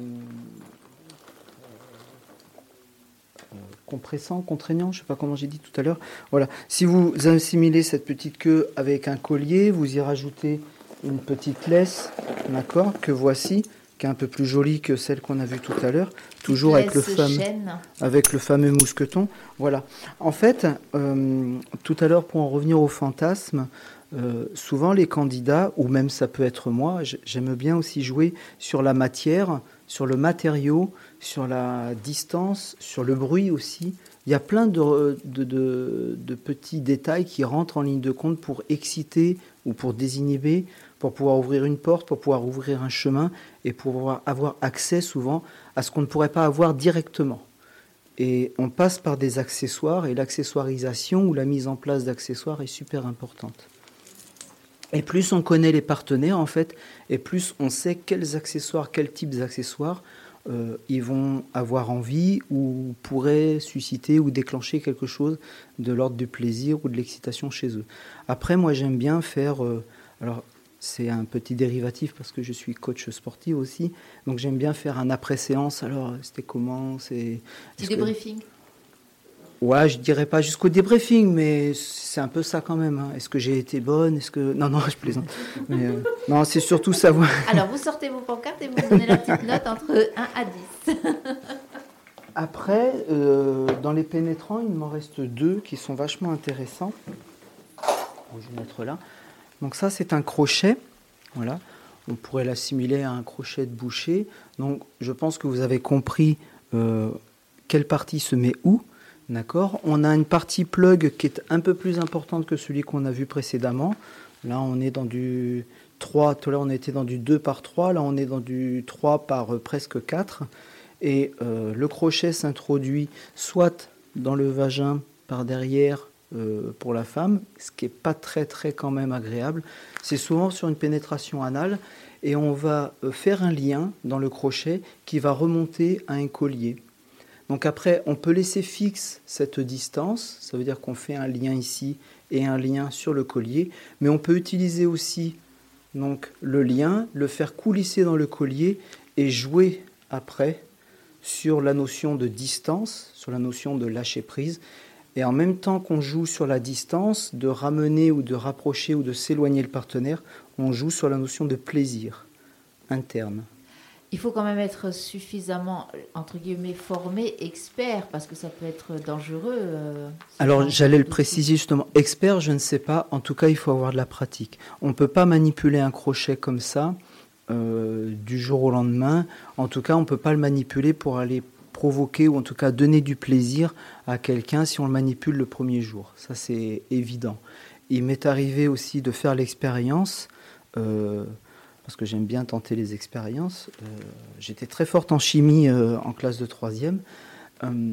euh, compressants, contraignants, je ne sais pas comment j'ai dit tout à l'heure. Voilà. Si vous assimilez cette petite queue avec un collier, vous y rajoutez une petite laisse, d'accord, que voici, qui est un peu plus jolie que celle qu'on a vue tout à l'heure, toujours avec le, Laisse fameux, chaîne. avec le fameux mousqueton. Voilà. En fait, euh, tout à l'heure, pour en revenir au fantasme, euh, souvent les candidats, ou même ça peut être moi, j- j'aime bien aussi jouer sur la matière, sur le matériau, sur la distance, sur le bruit aussi. Il y a plein de, de, de, de petits détails qui rentrent en ligne de compte pour exciter ou pour désinhiber, pour pouvoir ouvrir une porte, pour pouvoir ouvrir un chemin et pour pouvoir avoir accès souvent à ce qu'on ne pourrait pas avoir directement. Et on passe par des accessoires et l'accessoirisation ou la mise en place d'accessoires est super importante. Et plus on connaît les partenaires en fait, et plus on sait quels accessoires, quels types d'accessoires euh, ils vont avoir envie ou pourraient susciter ou déclencher quelque chose de l'ordre du plaisir ou de l'excitation chez eux. Après, moi j'aime bien faire... Euh, alors, c'est un petit dérivatif parce que je suis coach sportif aussi. Donc j'aime bien faire un après-séance. Alors, c'était comment c'est... Petit est-ce que- débriefing. Ouais, je dirais pas jusqu'au débriefing, mais c'est un peu ça quand même. hein. Est-ce que j'ai été bonne? Est-ce que... Non, non, je plaisante. Mais, euh, non, c'est surtout savoir... Alors vous sortez vos pancartes et vous donnez la petite note entre un à dix. Après, euh, dans les pénétrants, il m'en reste deux qui sont vachement intéressants. Bon, je vais mettre là. Donc ça, c'est un crochet. Voilà. On pourrait l'assimiler à un crochet de boucher. Donc, je pense que vous avez compris euh, quelle partie se met où. D'accord. On a une partie plug qui est un peu plus importante que celui qu'on a vu précédemment. Là, on est dans du trois, tout à l'heure on était dans du deux par trois, là on est dans du trois par euh, presque quatre. Et euh, le crochet s'introduit soit dans le vagin par derrière euh, pour la femme, ce qui n'est pas très très quand même agréable. C'est souvent sur une pénétration anale et on va euh, faire un lien dans le crochet qui va remonter à un collier. Donc après, on peut laisser fixe cette distance, ça veut dire qu'on fait un lien ici et un lien sur le collier, mais on peut utiliser aussi donc, le lien, le faire coulisser dans le collier et jouer après sur la notion de distance, sur la notion de lâcher prise, et en même temps qu'on joue sur la distance, de ramener ou de rapprocher ou de s'éloigner le partenaire, on joue sur la notion de plaisir interne. Il faut quand même être suffisamment, entre guillemets, formé, expert, parce que ça peut être dangereux. Euh, Alors, j'allais le préciser justement. Expert, je ne sais pas. En tout cas, il faut avoir de la pratique. On ne peut pas manipuler un crochet comme ça, euh, du jour au lendemain. En tout cas, on ne peut pas le manipuler pour aller provoquer, ou en tout cas donner du plaisir à quelqu'un si on le manipule le premier jour. Ça, c'est évident. Il m'est arrivé aussi de faire l'expérience... Euh, parce que j'aime bien tenter les expériences. Euh, j'étais très forte en chimie euh, en classe de troisième. Euh,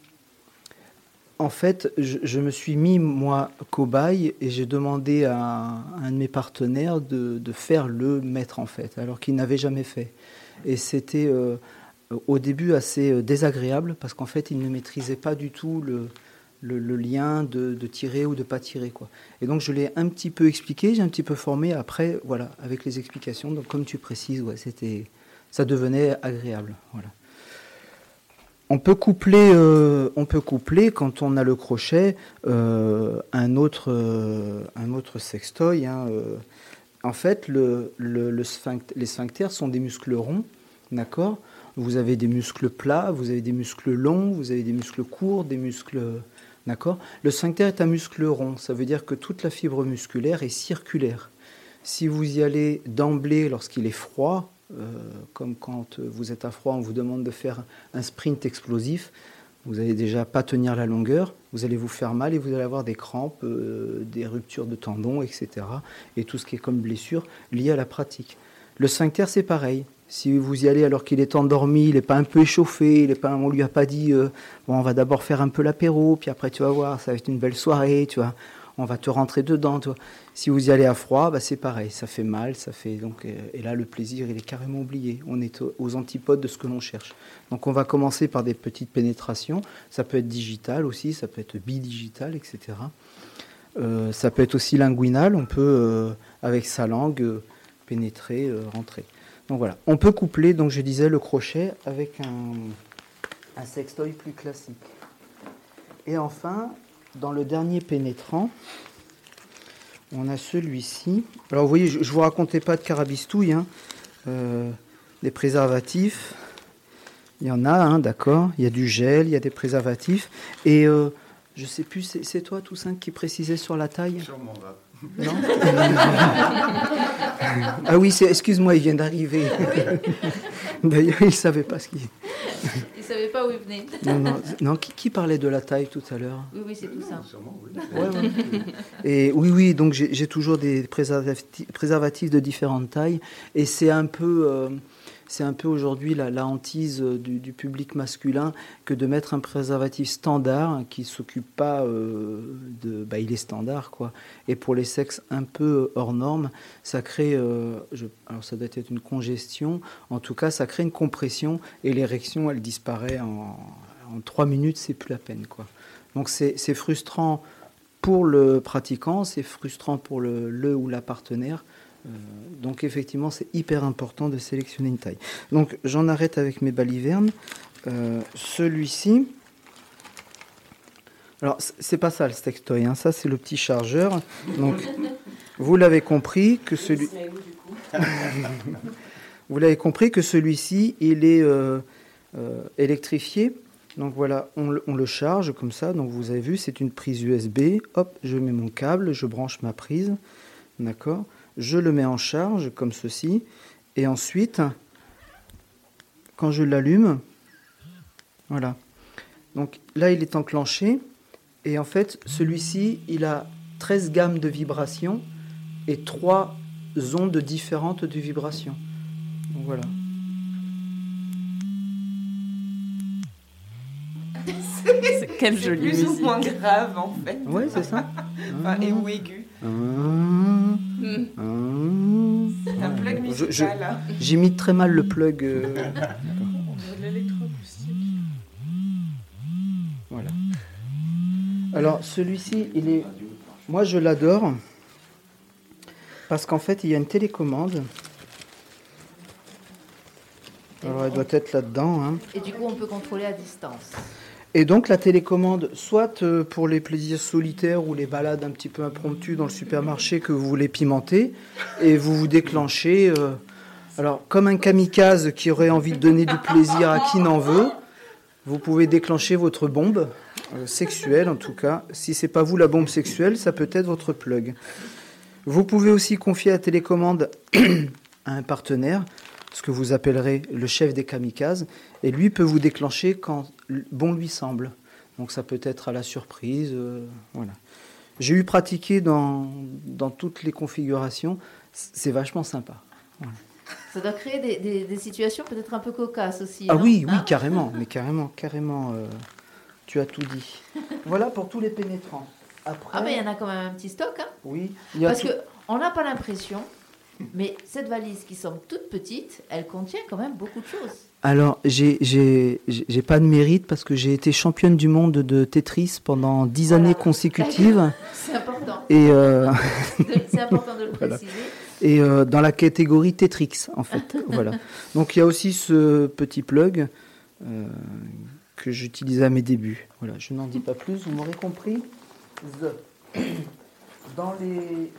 en fait, je, je me suis mis, moi, cobaye, et j'ai demandé à, à un de mes partenaires de, de faire le maître, en fait, alors qu'il n'avait jamais fait. Et c'était, euh, au début, assez désagréable, parce qu'en fait, il ne maîtrisait pas du tout le... Le, le lien de, de tirer ou de pas tirer, quoi. Et donc je l'ai un petit peu expliqué, j'ai un petit peu formé après, voilà, avec les explications. Donc comme tu précises, ouais, c'était, ça devenait agréable, voilà. On peut coupler, euh, on peut coupler quand on a le crochet euh, un autre, euh, un autre sextoy. Hein, euh. En fait, le, le, le sphincter, les sphincters sont des muscles ronds, d'accord. Vous avez des muscles plats, vous avez des muscles longs, vous avez des muscles courts, des muscles... D'accord ? Le sphincter est un muscle rond, ça veut dire que toute la fibre musculaire est circulaire. Si vous y allez d'emblée lorsqu'il est froid, euh, comme quand vous êtes à froid, on vous demande de faire un sprint explosif, vous n'allez déjà pas tenir la longueur, vous allez vous faire mal et vous allez avoir des crampes, euh, des ruptures de tendons, et cetera. Et tout ce qui est comme blessure liée à la pratique. Le sphincter, c'est pareil. Si vous y allez alors qu'il est endormi, il n'est pas un peu échauffé, il est pas, on ne lui a pas dit euh, bon, on va d'abord faire un peu l'apéro, puis après tu vas voir, ça va être une belle soirée, tu vois, on va te rentrer dedans. Tu vois. Si vous y allez à froid, bah, c'est pareil, ça fait mal, ça fait donc, euh, et là le plaisir il est carrément oublié. On est aux, aux antipodes de ce que l'on cherche. Donc on va commencer par des petites pénétrations, ça peut être digital aussi, ça peut être bidigital, et cetera. Euh, ça peut être aussi linguinal, on peut euh, avec sa langue euh, pénétrer, euh, rentrer. Donc voilà, on peut coupler, donc je disais, le crochet avec un, un sextoy plus classique. Et enfin, dans le dernier pénétrant, on a celui-ci. Alors vous voyez, je ne vous racontais pas de carabistouille, hein. euh, des préservatifs, il y en a, hein, d'accord, il y a du gel, il y a des préservatifs, et euh, je ne sais plus, c'est, c'est toi Toussaint qui précisait sur la taille ? Sûrement va. Non. Ah oui, c'est, excuse-moi, il vient d'arriver. D'ailleurs, il ne savait pas ce qu'il... Il ne savait pas où il venait. Non, non, non qui, qui parlait de la taille tout à l'heure ? Oui, oui, c'est tout ça. Sûrement, oui. Ouais, ouais. Et oui, oui, donc j'ai, j'ai toujours des préservatifs, préservatifs de différentes tailles. Et c'est un peu... Euh, c'est un peu aujourd'hui la, la hantise du, du public masculin que de mettre un préservatif standard qui ne s'occupe pas euh, de... Bah, il est standard, quoi. Et pour les sexes un peu hors normes, ça crée... Euh, je, alors ça doit être une congestion. En tout cas, ça crée une compression et l'érection, elle disparaît en, en trois minutes, c'est plus la peine, quoi. Donc c'est, c'est frustrant pour le pratiquant, c'est frustrant pour le, le ou la partenaire. Euh, donc effectivement c'est hyper important de sélectionner une taille. Donc j'en arrête avec mes balivernes. Euh, celui-ci, alors c'est pas ça le sextoy, hein, ça c'est le petit chargeur. Donc vous l'avez compris que celui, vous l'avez compris que celui-ci il est euh, euh, électrifié. Donc voilà, on, on le charge comme ça. Donc vous avez vu, c'est une prise U S B. Hop, je mets mon câble, je branche ma prise, d'accord. Je le mets en charge, comme ceci. Et ensuite, quand je l'allume, voilà. Donc là, il est enclenché. Et en fait, celui-ci, il a treize gammes de vibrations et trois ondes différentes de vibration. Donc voilà. Quelle jolie musique. Plus ou moins grave en fait. Oui, c'est ça. Enfin, et ou aigu. Ah, Mm. ah, C'est un plug Je- musical. je- hein. J'imite très mal le plug. euh, De l'électroacoustique. Voilà. Alors celui-ci, il est. Moi, je l'adore parce qu'en fait, il y a une télécommande. Alors, elle doit être là-dedans. Hein. Et du coup, on peut contrôler à distance. Et donc, la télécommande, soit euh, pour les plaisirs solitaires ou les balades un petit peu impromptues dans le supermarché que vous voulez pimenter, et vous vous déclenchez. euh, alors, comme un kamikaze qui aurait envie de donner du plaisir à qui n'en veut, vous pouvez déclencher votre bombe euh, sexuelle, en tout cas. Si c'est pas vous la bombe sexuelle, ça peut être votre plug. Vous pouvez aussi confier la télécommande à un partenaire, ce que vous appellerez le chef des kamikazes, et lui peut vous déclencher quand bon lui semble. Donc ça peut être à la surprise. euh, voilà. J'ai eu pratiqué dans, dans toutes les configurations. C'est vachement sympa. Voilà. Ça doit créer des, des- des situations peut-être un peu cocasses aussi. Ah non oui, oui, Hein carrément, mais carrément, carrément. euh, tu as tout dit. Voilà pour tous les pénétrants. Après, Ah, mais il y en a quand même un petit stock. Hein, oui, il y a parce tout- qu'on n'a pas l'impression, mais cette valise qui semble toute petite, elle contient quand même beaucoup de choses. Alors, j'ai, j'ai, j'ai j'ai pas de mérite parce que j'ai été championne du monde de Tetris pendant dix Voilà. années consécutives. C'est important. Et, euh, C'est important de le Voilà. préciser. et euh, dans la catégorie Tetrix, en fait. Voilà. Donc, il y a aussi ce petit plug euh, que j'utilisais à mes débuts. Voilà, je n'en dis pas plus, vous m'aurez compris. The. Dans les,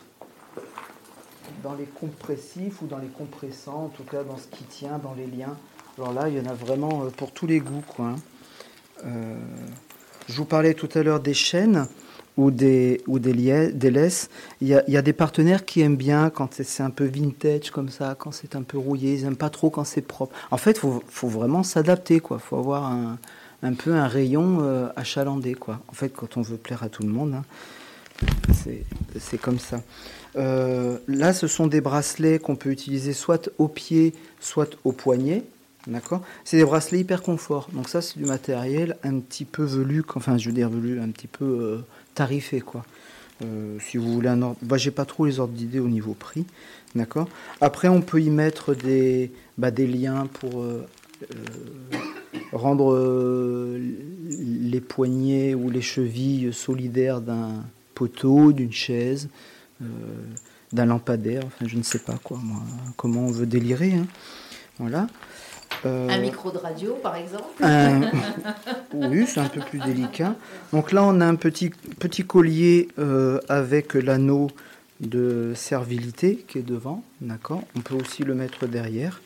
dans les compressifs ou dans les compressants, en tout cas dans ce qui tient, dans les liens. Alors là, il y en a vraiment euh, pour tous les goûts, quoi. hein. Euh, je vous parlais tout à l'heure des chaînes ou des, ou des, liais, des laisses. Il y, a, il y a des partenaires qui aiment bien quand c'est, c'est un peu vintage comme ça, quand c'est un peu rouillé. Ils n'aiment pas trop quand c'est propre. En fait, il faut, faut vraiment s'adapter, quoi. Il faut avoir un, un peu un rayon euh, achalandé, quoi. En fait, quand on veut plaire à tout le monde, hein, c'est, c'est comme ça. Euh, là, ce sont des bracelets qu'on peut utiliser soit au pied, soit au poignet. D'accord ? C'est des bracelets hyper confort. Donc ça, c'est du matériel un petit peu velu, enfin, je veux dire velu, un petit peu euh, tarifé, quoi. Euh, si vous voulez un ordre... Bah, j'ai pas trop les ordres d'idées au niveau prix. D'accord ? Après, on peut y mettre des, bah, des liens pour euh, euh, rendre euh, les poignets ou les chevilles solidaires d'un poteau, d'une chaise, euh, d'un lampadaire, enfin, je ne sais pas quoi, moi, comment on veut délirer. Hein. Voilà. Euh, Un micro de radio, par exemple. un- Oui, c'est un peu plus délicat. Donc là, on a un petit, petit collier euh, avec l'anneau de servilité qui est devant. D'accord ? On peut aussi le mettre derrière.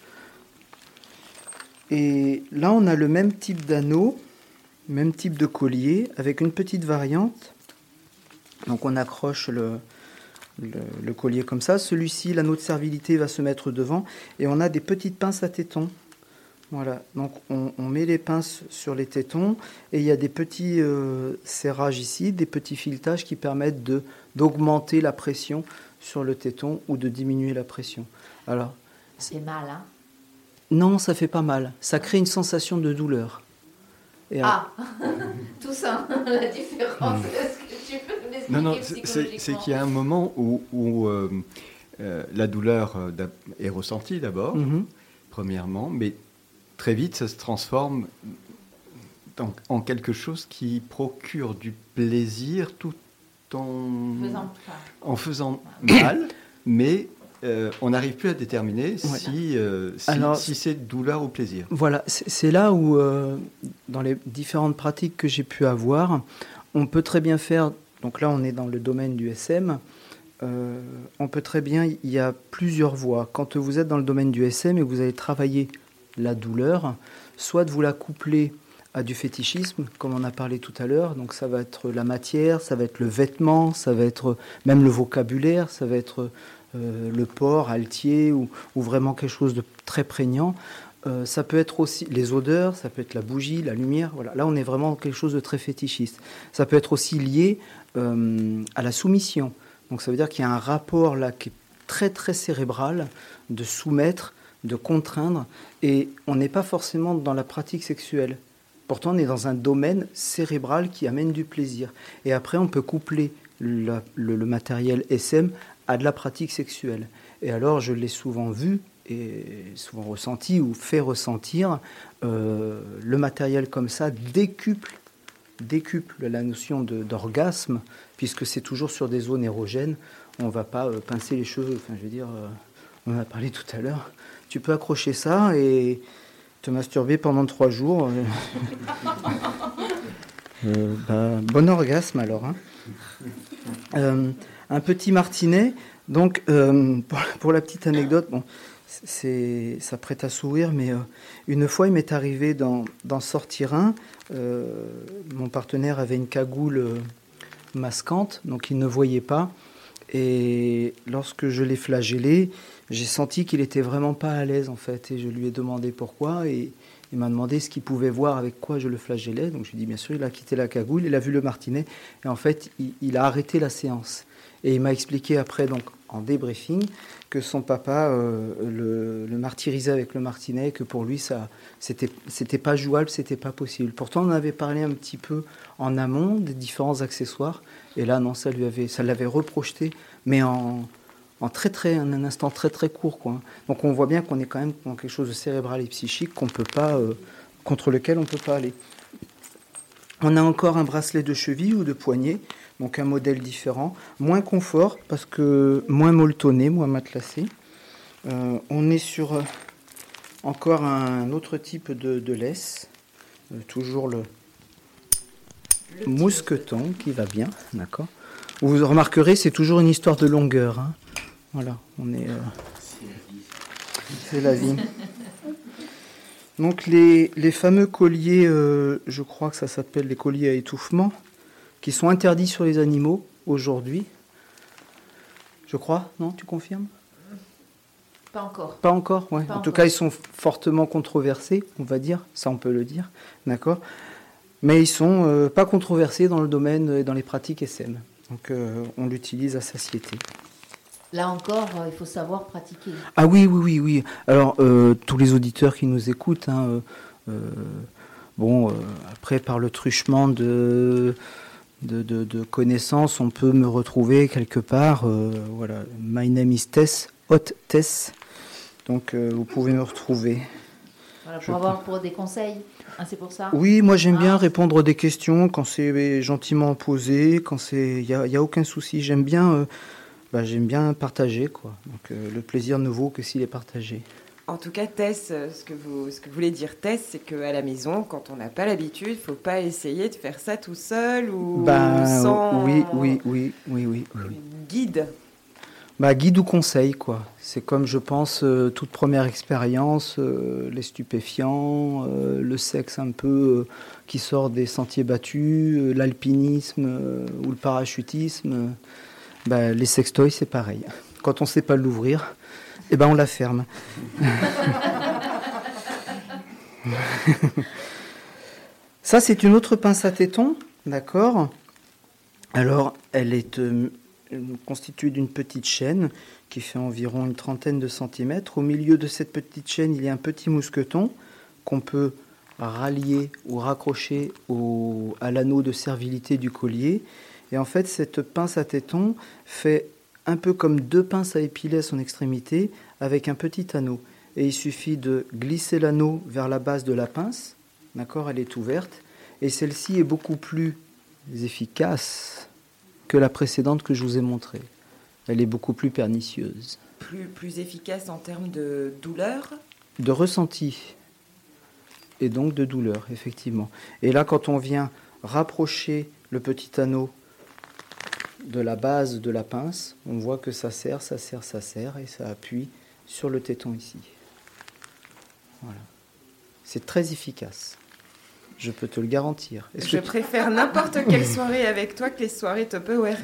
Et là, on a le même type d'anneau, même type de collier, avec une petite variante. Donc on accroche le, le, le collier comme ça. Celui-ci, l'anneau de servilité va se mettre devant. Et on a des petites pinces à tétons. Voilà, donc on, on met les pinces sur les tétons et il y a des petits euh, serrages ici, des petits filetages qui permettent de, d'augmenter la pression sur le téton ou de diminuer la pression. Alors, C'est mal, hein. non, ça fait pas mal. Ça crée une sensation de douleur. Et Ah, tout ça, la différence. Est-ce que tu peux nous l'expliquer Non, non, c'est, c'est- psychologiquement c'est qu'il y a un moment où, où, euh, euh, la douleur euh, d'ab- est ressentie d'abord, Mhm. premièrement, mais très vite, ça se transforme en, en quelque chose qui procure du plaisir tout en Faisant- enfin, en faisant mal, mais euh, on n'arrive plus à déterminer Ouais. si, euh, si, Alors, si c'est douleur ou plaisir. Voilà, c'est c'est là où, euh, dans les différentes pratiques que j'ai pu avoir, on peut très bien faire, donc là on est dans le domaine du S M, euh, on peut très bien, il y a plusieurs voies. Quand vous êtes dans le domaine du S M et que vous allez travailler la douleur, soit de vous la coupler à du fétichisme, comme on a parlé tout à l'heure, donc ça va être la matière, ça va être le vêtement, ça va être même le vocabulaire, ça va être euh, le port, altier, ou, ou vraiment quelque chose de très prégnant. Euh, ça peut être aussi les odeurs, ça peut être la bougie, la lumière. Voilà. Là, on est vraiment dans quelque chose de très fétichiste. Ça peut être aussi lié euh, à la soumission. Donc ça veut dire qu'il y a un rapport là qui est très très cérébrale de soumettre, de contraindre, et on n'est pas forcément dans la pratique sexuelle. Pourtant, on est dans un domaine cérébral qui amène du plaisir. Et après, on peut coupler le, le, le matériel S M à de la pratique sexuelle. Et alors, je l'ai souvent vu et souvent ressenti ou fait ressentir, euh, le matériel comme ça décuple, décuple la notion de, d'orgasme, puisque c'est toujours sur des zones érogènes. On ne va pas euh, pincer les cheveux. Enfin, je veux dire, euh, on en a parlé tout à l'heure. Tu peux accrocher ça et te masturber pendant trois jours. euh, bah, bon orgasme alors. Hein. Euh, un petit martinet. Donc, euh, pour, pour la petite anecdote, bon, c'est, ça prête à sourire, mais euh, une fois, il m'est arrivé d'en, d'en sortir un. Euh, mon partenaire avait une cagoule euh, masquante, donc il ne voyait pas. Et lorsque je l'ai flagellé, j'ai senti qu'il était vraiment pas à l'aise, en fait. Et je lui ai demandé pourquoi, et il m'a demandé ce qu'il pouvait voir avec quoi je le flagellais. Donc je lui ai dit, bien sûr, il a quitté la cagoule, il a vu le martinet, et en fait, il, il a arrêté la séance. Et il m'a expliqué après, donc en débriefing, que son papa euh, le, le martyrisait avec le martinet, que pour lui, ça, c'était, c'était pas jouable, c'était pas possible. Pourtant, on avait parlé un petit peu en amont des différents accessoires, et là, non, ça lui avait, ça l'avait reprojeté, mais en, en très, très, en un instant très, très court, quoi. Donc, on voit bien qu'on est quand même dans quelque chose de cérébral et psychique qu'on peut pas, euh, contre lequel on ne peut pas aller. On a encore un bracelet de cheville ou de poignet, donc un modèle différent, moins confort parce que moins molletonné, moins matelassé. Euh, on est sur euh, encore un autre type de, de laisse, euh, toujours le, le mousqueton qui va bien, d'accord. Vous remarquerez, c'est toujours une histoire de longueur. Hein. Voilà, on est. Euh, c'est la vie. Donc les, les fameux colliers, euh, je crois que ça s'appelle les colliers à étouffement, qui sont interdits sur les animaux aujourd'hui. Je crois, non? Tu confirmes? Pas encore. Pas encore, ouais. Pas en encore. tout cas, ils sont fortement controversés, on va dire, ça on peut le dire, d'accord. Mais ils sont euh, pas controversés dans le domaine et dans les pratiques S M. Donc euh, on l'utilise à satiété. Là encore, euh, il faut savoir pratiquer. Ah oui, oui, oui, oui. Alors, euh, tous les auditeurs qui nous écoutent, hein, euh, euh, bon, euh, après, par le truchement de, de, de, de connaissances, on peut me retrouver quelque part. Euh, voilà, my name is Tess, Hot Tess. Donc, euh, vous pouvez me retrouver. Voilà, pour Je avoir pour des conseils, hein, c'est pour ça. Oui, moi j'aime Ah. bien répondre des questions quand c'est gentiment posé, quand c'est, il y a, y a aucun souci. J'aime bien. Euh, Bah, j'aime bien partager, quoi. Donc, euh, le plaisir ne vaut que s'il est partagé. En tout cas, Tess, ce que vous, ce que voulez dire Tess, c'est qu'à la maison, quand on n'a pas l'habitude, il ne faut pas essayer de faire ça tout seul ou Bah, sans oui, oui, oui, oui, oui, oui. guide. Bah, guide ou conseil, quoi. C'est comme, je pense, euh, toute première expérience, euh, les stupéfiants, euh, le sexe un peu euh, qui sort des sentiers battus, euh, l'alpinisme euh, ou le parachutisme. Euh, bah, les sextoys, c'est pareil. Quand on ne sait pas l'ouvrir, eh ben, on la ferme. Ça, c'est une autre pince à téton, d'accord. Alors, elle est euh, constituée d'une petite chaîne qui fait environ une trentaine de centimètres. Au milieu de cette petite chaîne, il y a un petit mousqueton qu'on peut rallier ou raccrocher au, à l'anneau de servilité du collier. Et en fait, cette pince à téton fait un peu comme deux pinces à épiler à son extrémité avec un petit anneau. Et il suffit de glisser l'anneau vers la base de la pince. D'accord, elle est ouverte. Et celle-ci est beaucoup plus efficace que la précédente que je vous ai montrée. Elle est beaucoup plus pernicieuse. Plus, plus efficace en termes de douleur. De ressenti. Et donc de douleur, effectivement. Et là, quand on vient rapprocher le petit anneau de la base de la pince, on voit que ça serre, ça serre, ça serre, et ça appuie sur le téton ici. Voilà. C'est très efficace. Je peux te le garantir. Est-ce Je que tu... préfère n'importe quelle soirée avec toi que les soirées Tupperware.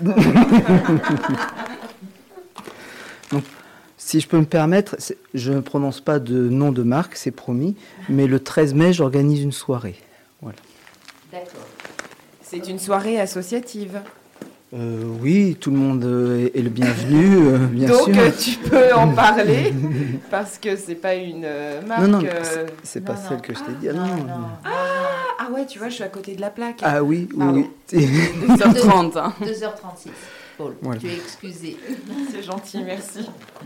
Donc, si je peux me permettre, c'est... je ne prononce pas de nom de marque, c'est promis, mais le treize mai, j'organise une soirée. Voilà. D'accord. C'est une soirée associative. Euh, oui, tout le monde euh, est, est le bienvenu, euh, bien Donc sûr. euh, tu peux en parler parce que c'est pas une euh, marque. Non, non, euh, c'est- c'est pas Non, celle non. que je t'ai dit. Ah, Non, non, non, non. non. Ah ouais, tu vois, je suis à côté de la plaque. Ah oui, oui, Pardon. oui. deux heures trente. Hein. deux heures trente-six. Paul, Voilà. tu es excusé. C'est gentil, merci.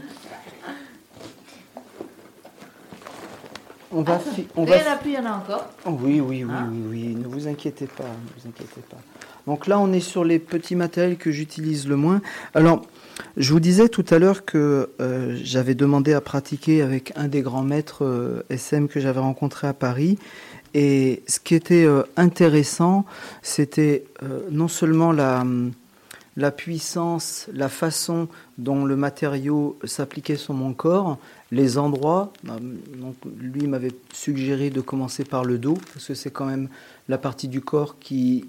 On va, fi- on Il va y en a plus, il y en a encore. Oh, oui, oui, oui, Hein? oui, oui, ne vous inquiétez pas, ne vous inquiétez pas. Donc là, on est sur les petits matériels que j'utilise le moins. Alors, je vous disais tout à l'heure que euh, j'avais demandé à pratiquer avec un des grands maîtres euh, S M que j'avais rencontré à Paris. Et ce qui était euh, intéressant, c'était euh, non seulement la, la puissance, la façon dont le matériau s'appliquait sur mon corps, les endroits. Donc, lui m'avait suggéré de commencer par le dos, parce que c'est quand même la partie du corps qui,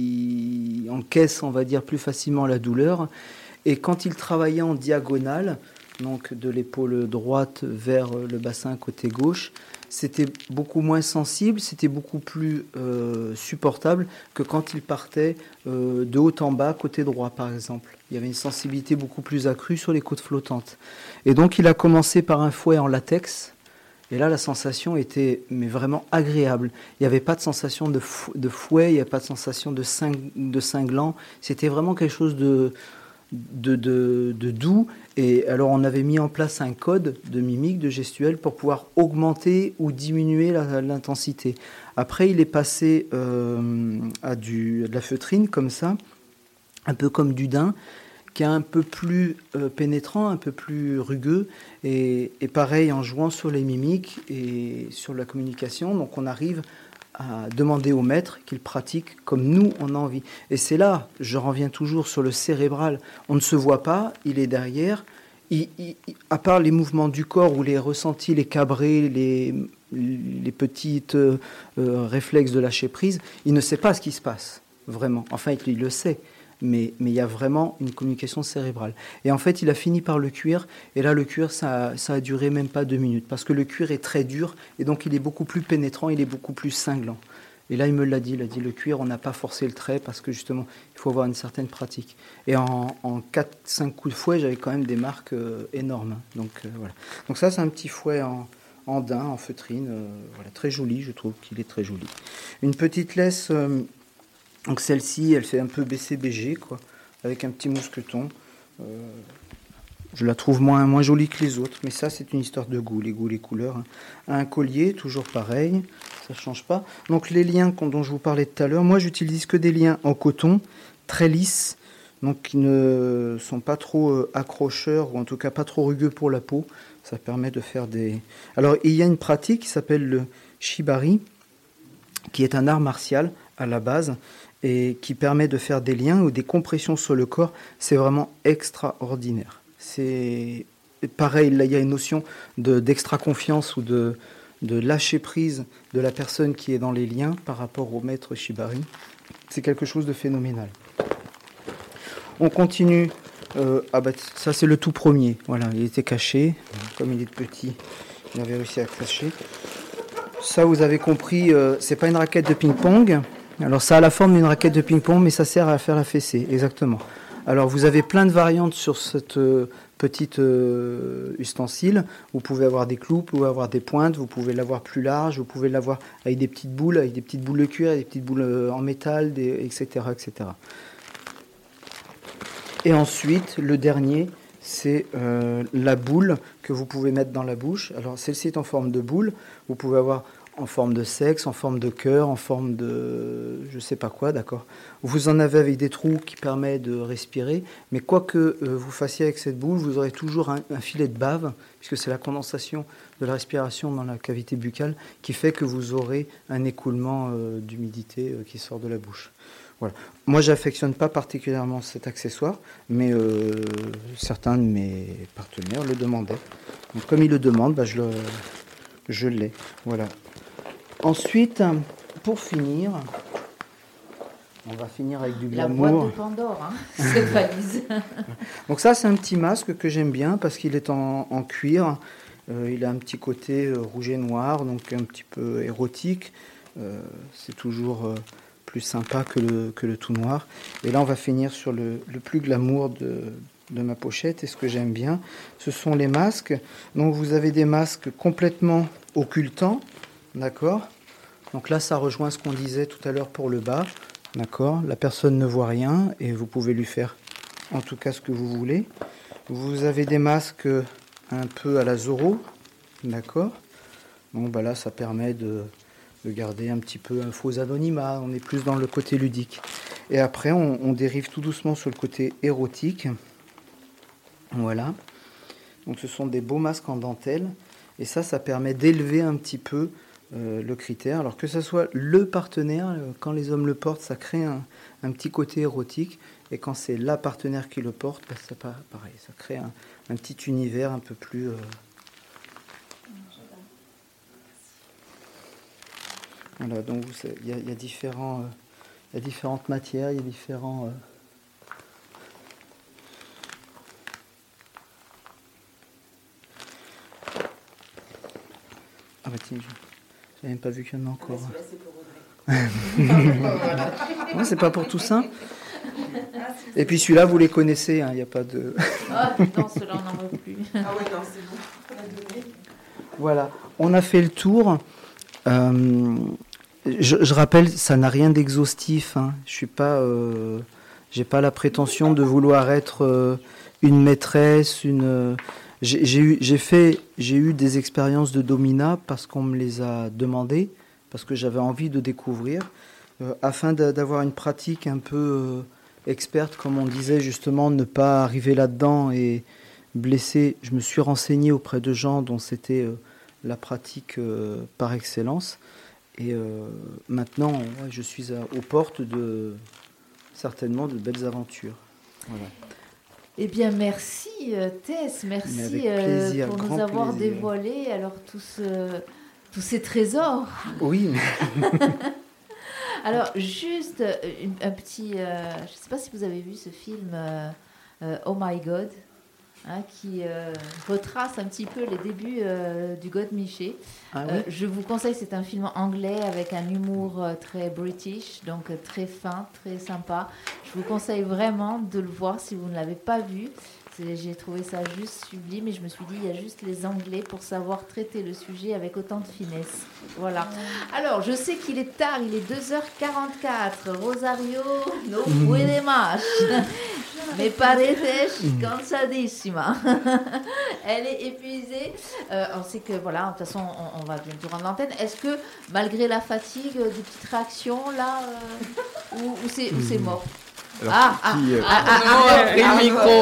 qui encaisse, on va dire, plus facilement la douleur. Et quand il travaillait en diagonale, donc de l'épaule droite vers le bassin côté gauche, c'était beaucoup moins sensible, c'était beaucoup plus euh, supportable que quand il partait euh, de haut en bas, côté droit par exemple. Il y avait une sensibilité beaucoup plus accrue sur les côtes flottantes. Et donc il a commencé par un fouet en latex, et là la sensation était mais vraiment agréable. Il n'y avait pas de sensation de, fou- de fouet, il n'y avait pas de sensation de, cing- de cinglant, c'était vraiment quelque chose de... De, de, de doux. Et alors on avait mis en place un code de mimique, de gestuelle pour pouvoir augmenter ou diminuer la, l'intensité. Après il est passé euh, à, du, à de la feutrine comme ça, un peu comme du daim, qui est un peu plus euh, pénétrant, un peu plus rugueux, et, et pareil en jouant sur les mimiques et sur la communication, donc on arrive à demander au maître qu'il pratique comme nous on a envie. Et c'est là, je reviens toujours sur le cérébral, on ne se voit pas, il est derrière, il, il, à part les mouvements du corps ou les ressentis, les cabrés, les, les petites euh, réflexes de lâcher prise, il ne sait pas ce qui se passe, vraiment. Enfin, il, il le sait. Mais, mais il y a vraiment une communication cérébrale. Et en fait, il a fini par le cuire. Et là, le cuir, ça, ça a duré même pas deux minutes. Parce que le cuir est très dur. Et donc, il est beaucoup plus pénétrant. Il est beaucoup plus cinglant. Et là, il me l'a dit. Il a dit, le cuir, on n'a pas forcé le trait. Parce que justement, il faut avoir une certaine pratique. Et en, en quatre cinq coups de fouet, j'avais quand même des marques euh, énormes. Donc, euh, voilà. Donc ça, c'est un petit fouet en, en daim, en feutrine. Euh, voilà, très joli, je trouve qu'il est très joli. Une petite laisse... Euh, Donc celle-ci, elle fait un peu B C B G, quoi, avec un petit mousqueton. Euh, je la trouve moins, moins jolie que les autres, mais ça, c'est une histoire de goût, les goûts, les couleurs. Un collier, toujours pareil, ça ne change pas. Donc les liens dont je vous parlais tout à l'heure, moi, j'utilise que des liens en coton, très lisses, donc qui ne sont pas trop accrocheurs, ou en tout cas pas trop rugueux pour la peau. Ça permet de faire des... Alors, il y a une pratique qui s'appelle le shibari, qui est un art martial à la base, et qui permet de faire des liens ou des compressions sur le corps. C'est vraiment extraordinaire. C'est pareil, là il y a une notion de, d'extra confiance ou de, de lâcher prise de la personne qui est dans les liens par rapport au maître shibari. C'est quelque chose de phénoménal. On continue. Euh, ah bah, ça c'est le tout premier. Voilà, il était caché. Comme il est petit, il avait réussi à cacher. Ça, vous avez compris, euh, c'est pas une raquette de ping-pong. Alors ça a la forme d'une raquette de ping-pong, mais ça sert à faire la fessée, exactement. Alors vous avez plein de variantes sur cette euh, petite euh, ustensile. Vous pouvez avoir des clous, vous pouvez avoir des pointes, vous pouvez l'avoir plus large, vous pouvez l'avoir avec des petites boules, avec des petites boules de cuir, avec des petites boules euh, en métal, des, et cetera, et cetera. Et ensuite, le dernier, c'est euh, la boule que vous pouvez mettre dans la bouche. Alors celle-ci est en forme de boule. Vous pouvez avoir en forme de sexe, en forme de cœur, en forme de je sais pas quoi, d'accord. Vous en avez avec des trous qui permettent de respirer, mais quoi que euh, vous fassiez avec cette boule, vous aurez toujours un, un filet de bave, puisque c'est la condensation de la respiration dans la cavité buccale qui fait que vous aurez un écoulement euh, d'humidité euh, qui sort de la bouche. Voilà. Moi, j'affectionne pas particulièrement cet accessoire, mais euh, certains de mes partenaires le demandaient. Donc, comme ils le demandent, bah, je le, je l'ai. Voilà. Ensuite, pour finir, on va finir avec du La glamour. boîte de Pandore, hein, cette valise. Donc ça, c'est un petit masque que j'aime bien parce qu'il est en, en cuir. Euh, il a un petit côté euh, rouge et noir, donc un petit peu érotique. Euh, c'est toujours euh, plus sympa que le, que le tout noir. Et là, on va finir sur le, le plus glamour de, de ma pochette. Et ce que j'aime bien, ce sont les masques. Donc, vous avez des masques complètement occultants, d'accord ? Donc là, ça rejoint ce qu'on disait tout à l'heure pour le bas, d'accord ? La personne ne voit rien et vous pouvez lui faire en tout cas ce que vous voulez. Vous avez des masques un peu à la Zorro, d'accord ? Donc bah là, ça permet de, de garder un petit peu un faux anonymat. On est plus dans le côté ludique. Et après, on, on dérive tout doucement sur le côté érotique. Voilà. Donc ce sont des beaux masques en dentelle. Et ça, ça permet d'élever un petit peu euh, le critère. Alors que ce soit le partenaire, euh, quand les hommes le portent, ça crée un, un petit côté érotique. Et quand c'est la partenaire qui le porte, bah, c'est pas pareil. Ça crée un, un petit univers un peu plus... Euh... Voilà, donc il y, y a différents... Euh, il y a différentes matières, il y a différents... Euh... Ah bah tiens, je n'avais même pas vu qu'il y en a encore. Ah bah celui-là, c'est pour Audrey. Non, c'est pas pour Toussaint. Et puis celui-là, vous les connaissez, il hein, n'y a pas de... Ah non, ceux-là, on n'en veut plus. Ah ouais, non, c'est bon, on a donné. Voilà, on a fait le tour. Euh, je, je rappelle, ça n'a rien d'exhaustif. Hein. Je suis pas, euh, j'ai pas la prétention de vouloir être euh, une maîtresse, une... Euh, j'ai, j'ai, eu, j'ai, fait, j'ai eu des expériences de domina parce qu'on me les a demandées, parce que j'avais envie de découvrir, euh, afin de, d'avoir une pratique un peu euh, experte, comme on disait, justement, ne pas arriver là-dedans et blesser. Je me suis renseigné auprès de gens dont c'était euh, la pratique euh, par excellence. Et euh, maintenant, ouais, je suis à, aux portes de certainement de belles aventures. Voilà. Eh bien, merci Tess, merci plaisir, euh, pour nous avoir plaisir. dévoilé alors tout ce, tous ces trésors. Oui. Mais... alors, juste une, un petit... Euh, je ne sais pas si vous avez vu ce film euh, euh, Oh My God, hein, qui euh, retrace un petit peu les débuts euh, du Godemiché. Ah, oui. euh, je vous conseille, c'est un film anglais avec un humour euh, très british, donc euh, très fin, très sympa. Je vous conseille vraiment de le voir si vous ne l'avez pas vu. C'est, j'ai trouvé ça juste sublime et je me suis dit, il y a juste les Anglais pour savoir traiter le sujet avec autant de finesse. Voilà. Alors, je sais qu'il est tard, il est deux heures quarante-quatre. Rosario, no puede más. Me parece cansadissima. Elle est épuisée. Euh, on sait que, voilà, de toute façon, on, on va bientôt rendre l'antenne. Est-ce que, malgré la fatigue, des petites réactions, là, euh, ou, ou, c'est, ou c'est mort? Alors, ah, ah, qui, euh... ah, ah, ah, et le micro.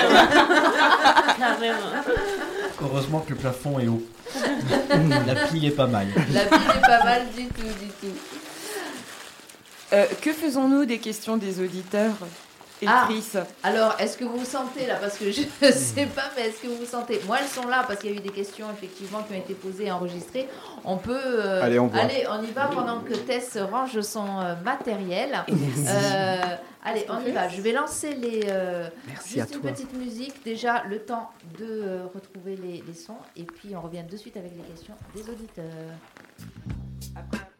Heureusement que le plafond est haut. La pile est pas mal. La pile est pas mal du tout, du tout. Euh, que faisons-nous des questions des auditeurs et Ah, Chris. alors, est-ce que vous vous sentez là, parce que je ne sais pas, mais est-ce que vous vous sentez? Moi, elles sont là parce qu'il y a eu des questions effectivement qui ont été posées et enregistrées. On peut euh, allez, on, allez, on y va pendant que Tess range son euh, matériel. Euh, allez, on y va. Je vais lancer les euh, juste une petite musique. Déjà, le temps de euh, retrouver les, les sons et puis on revient de suite avec les questions des auditeurs. Après.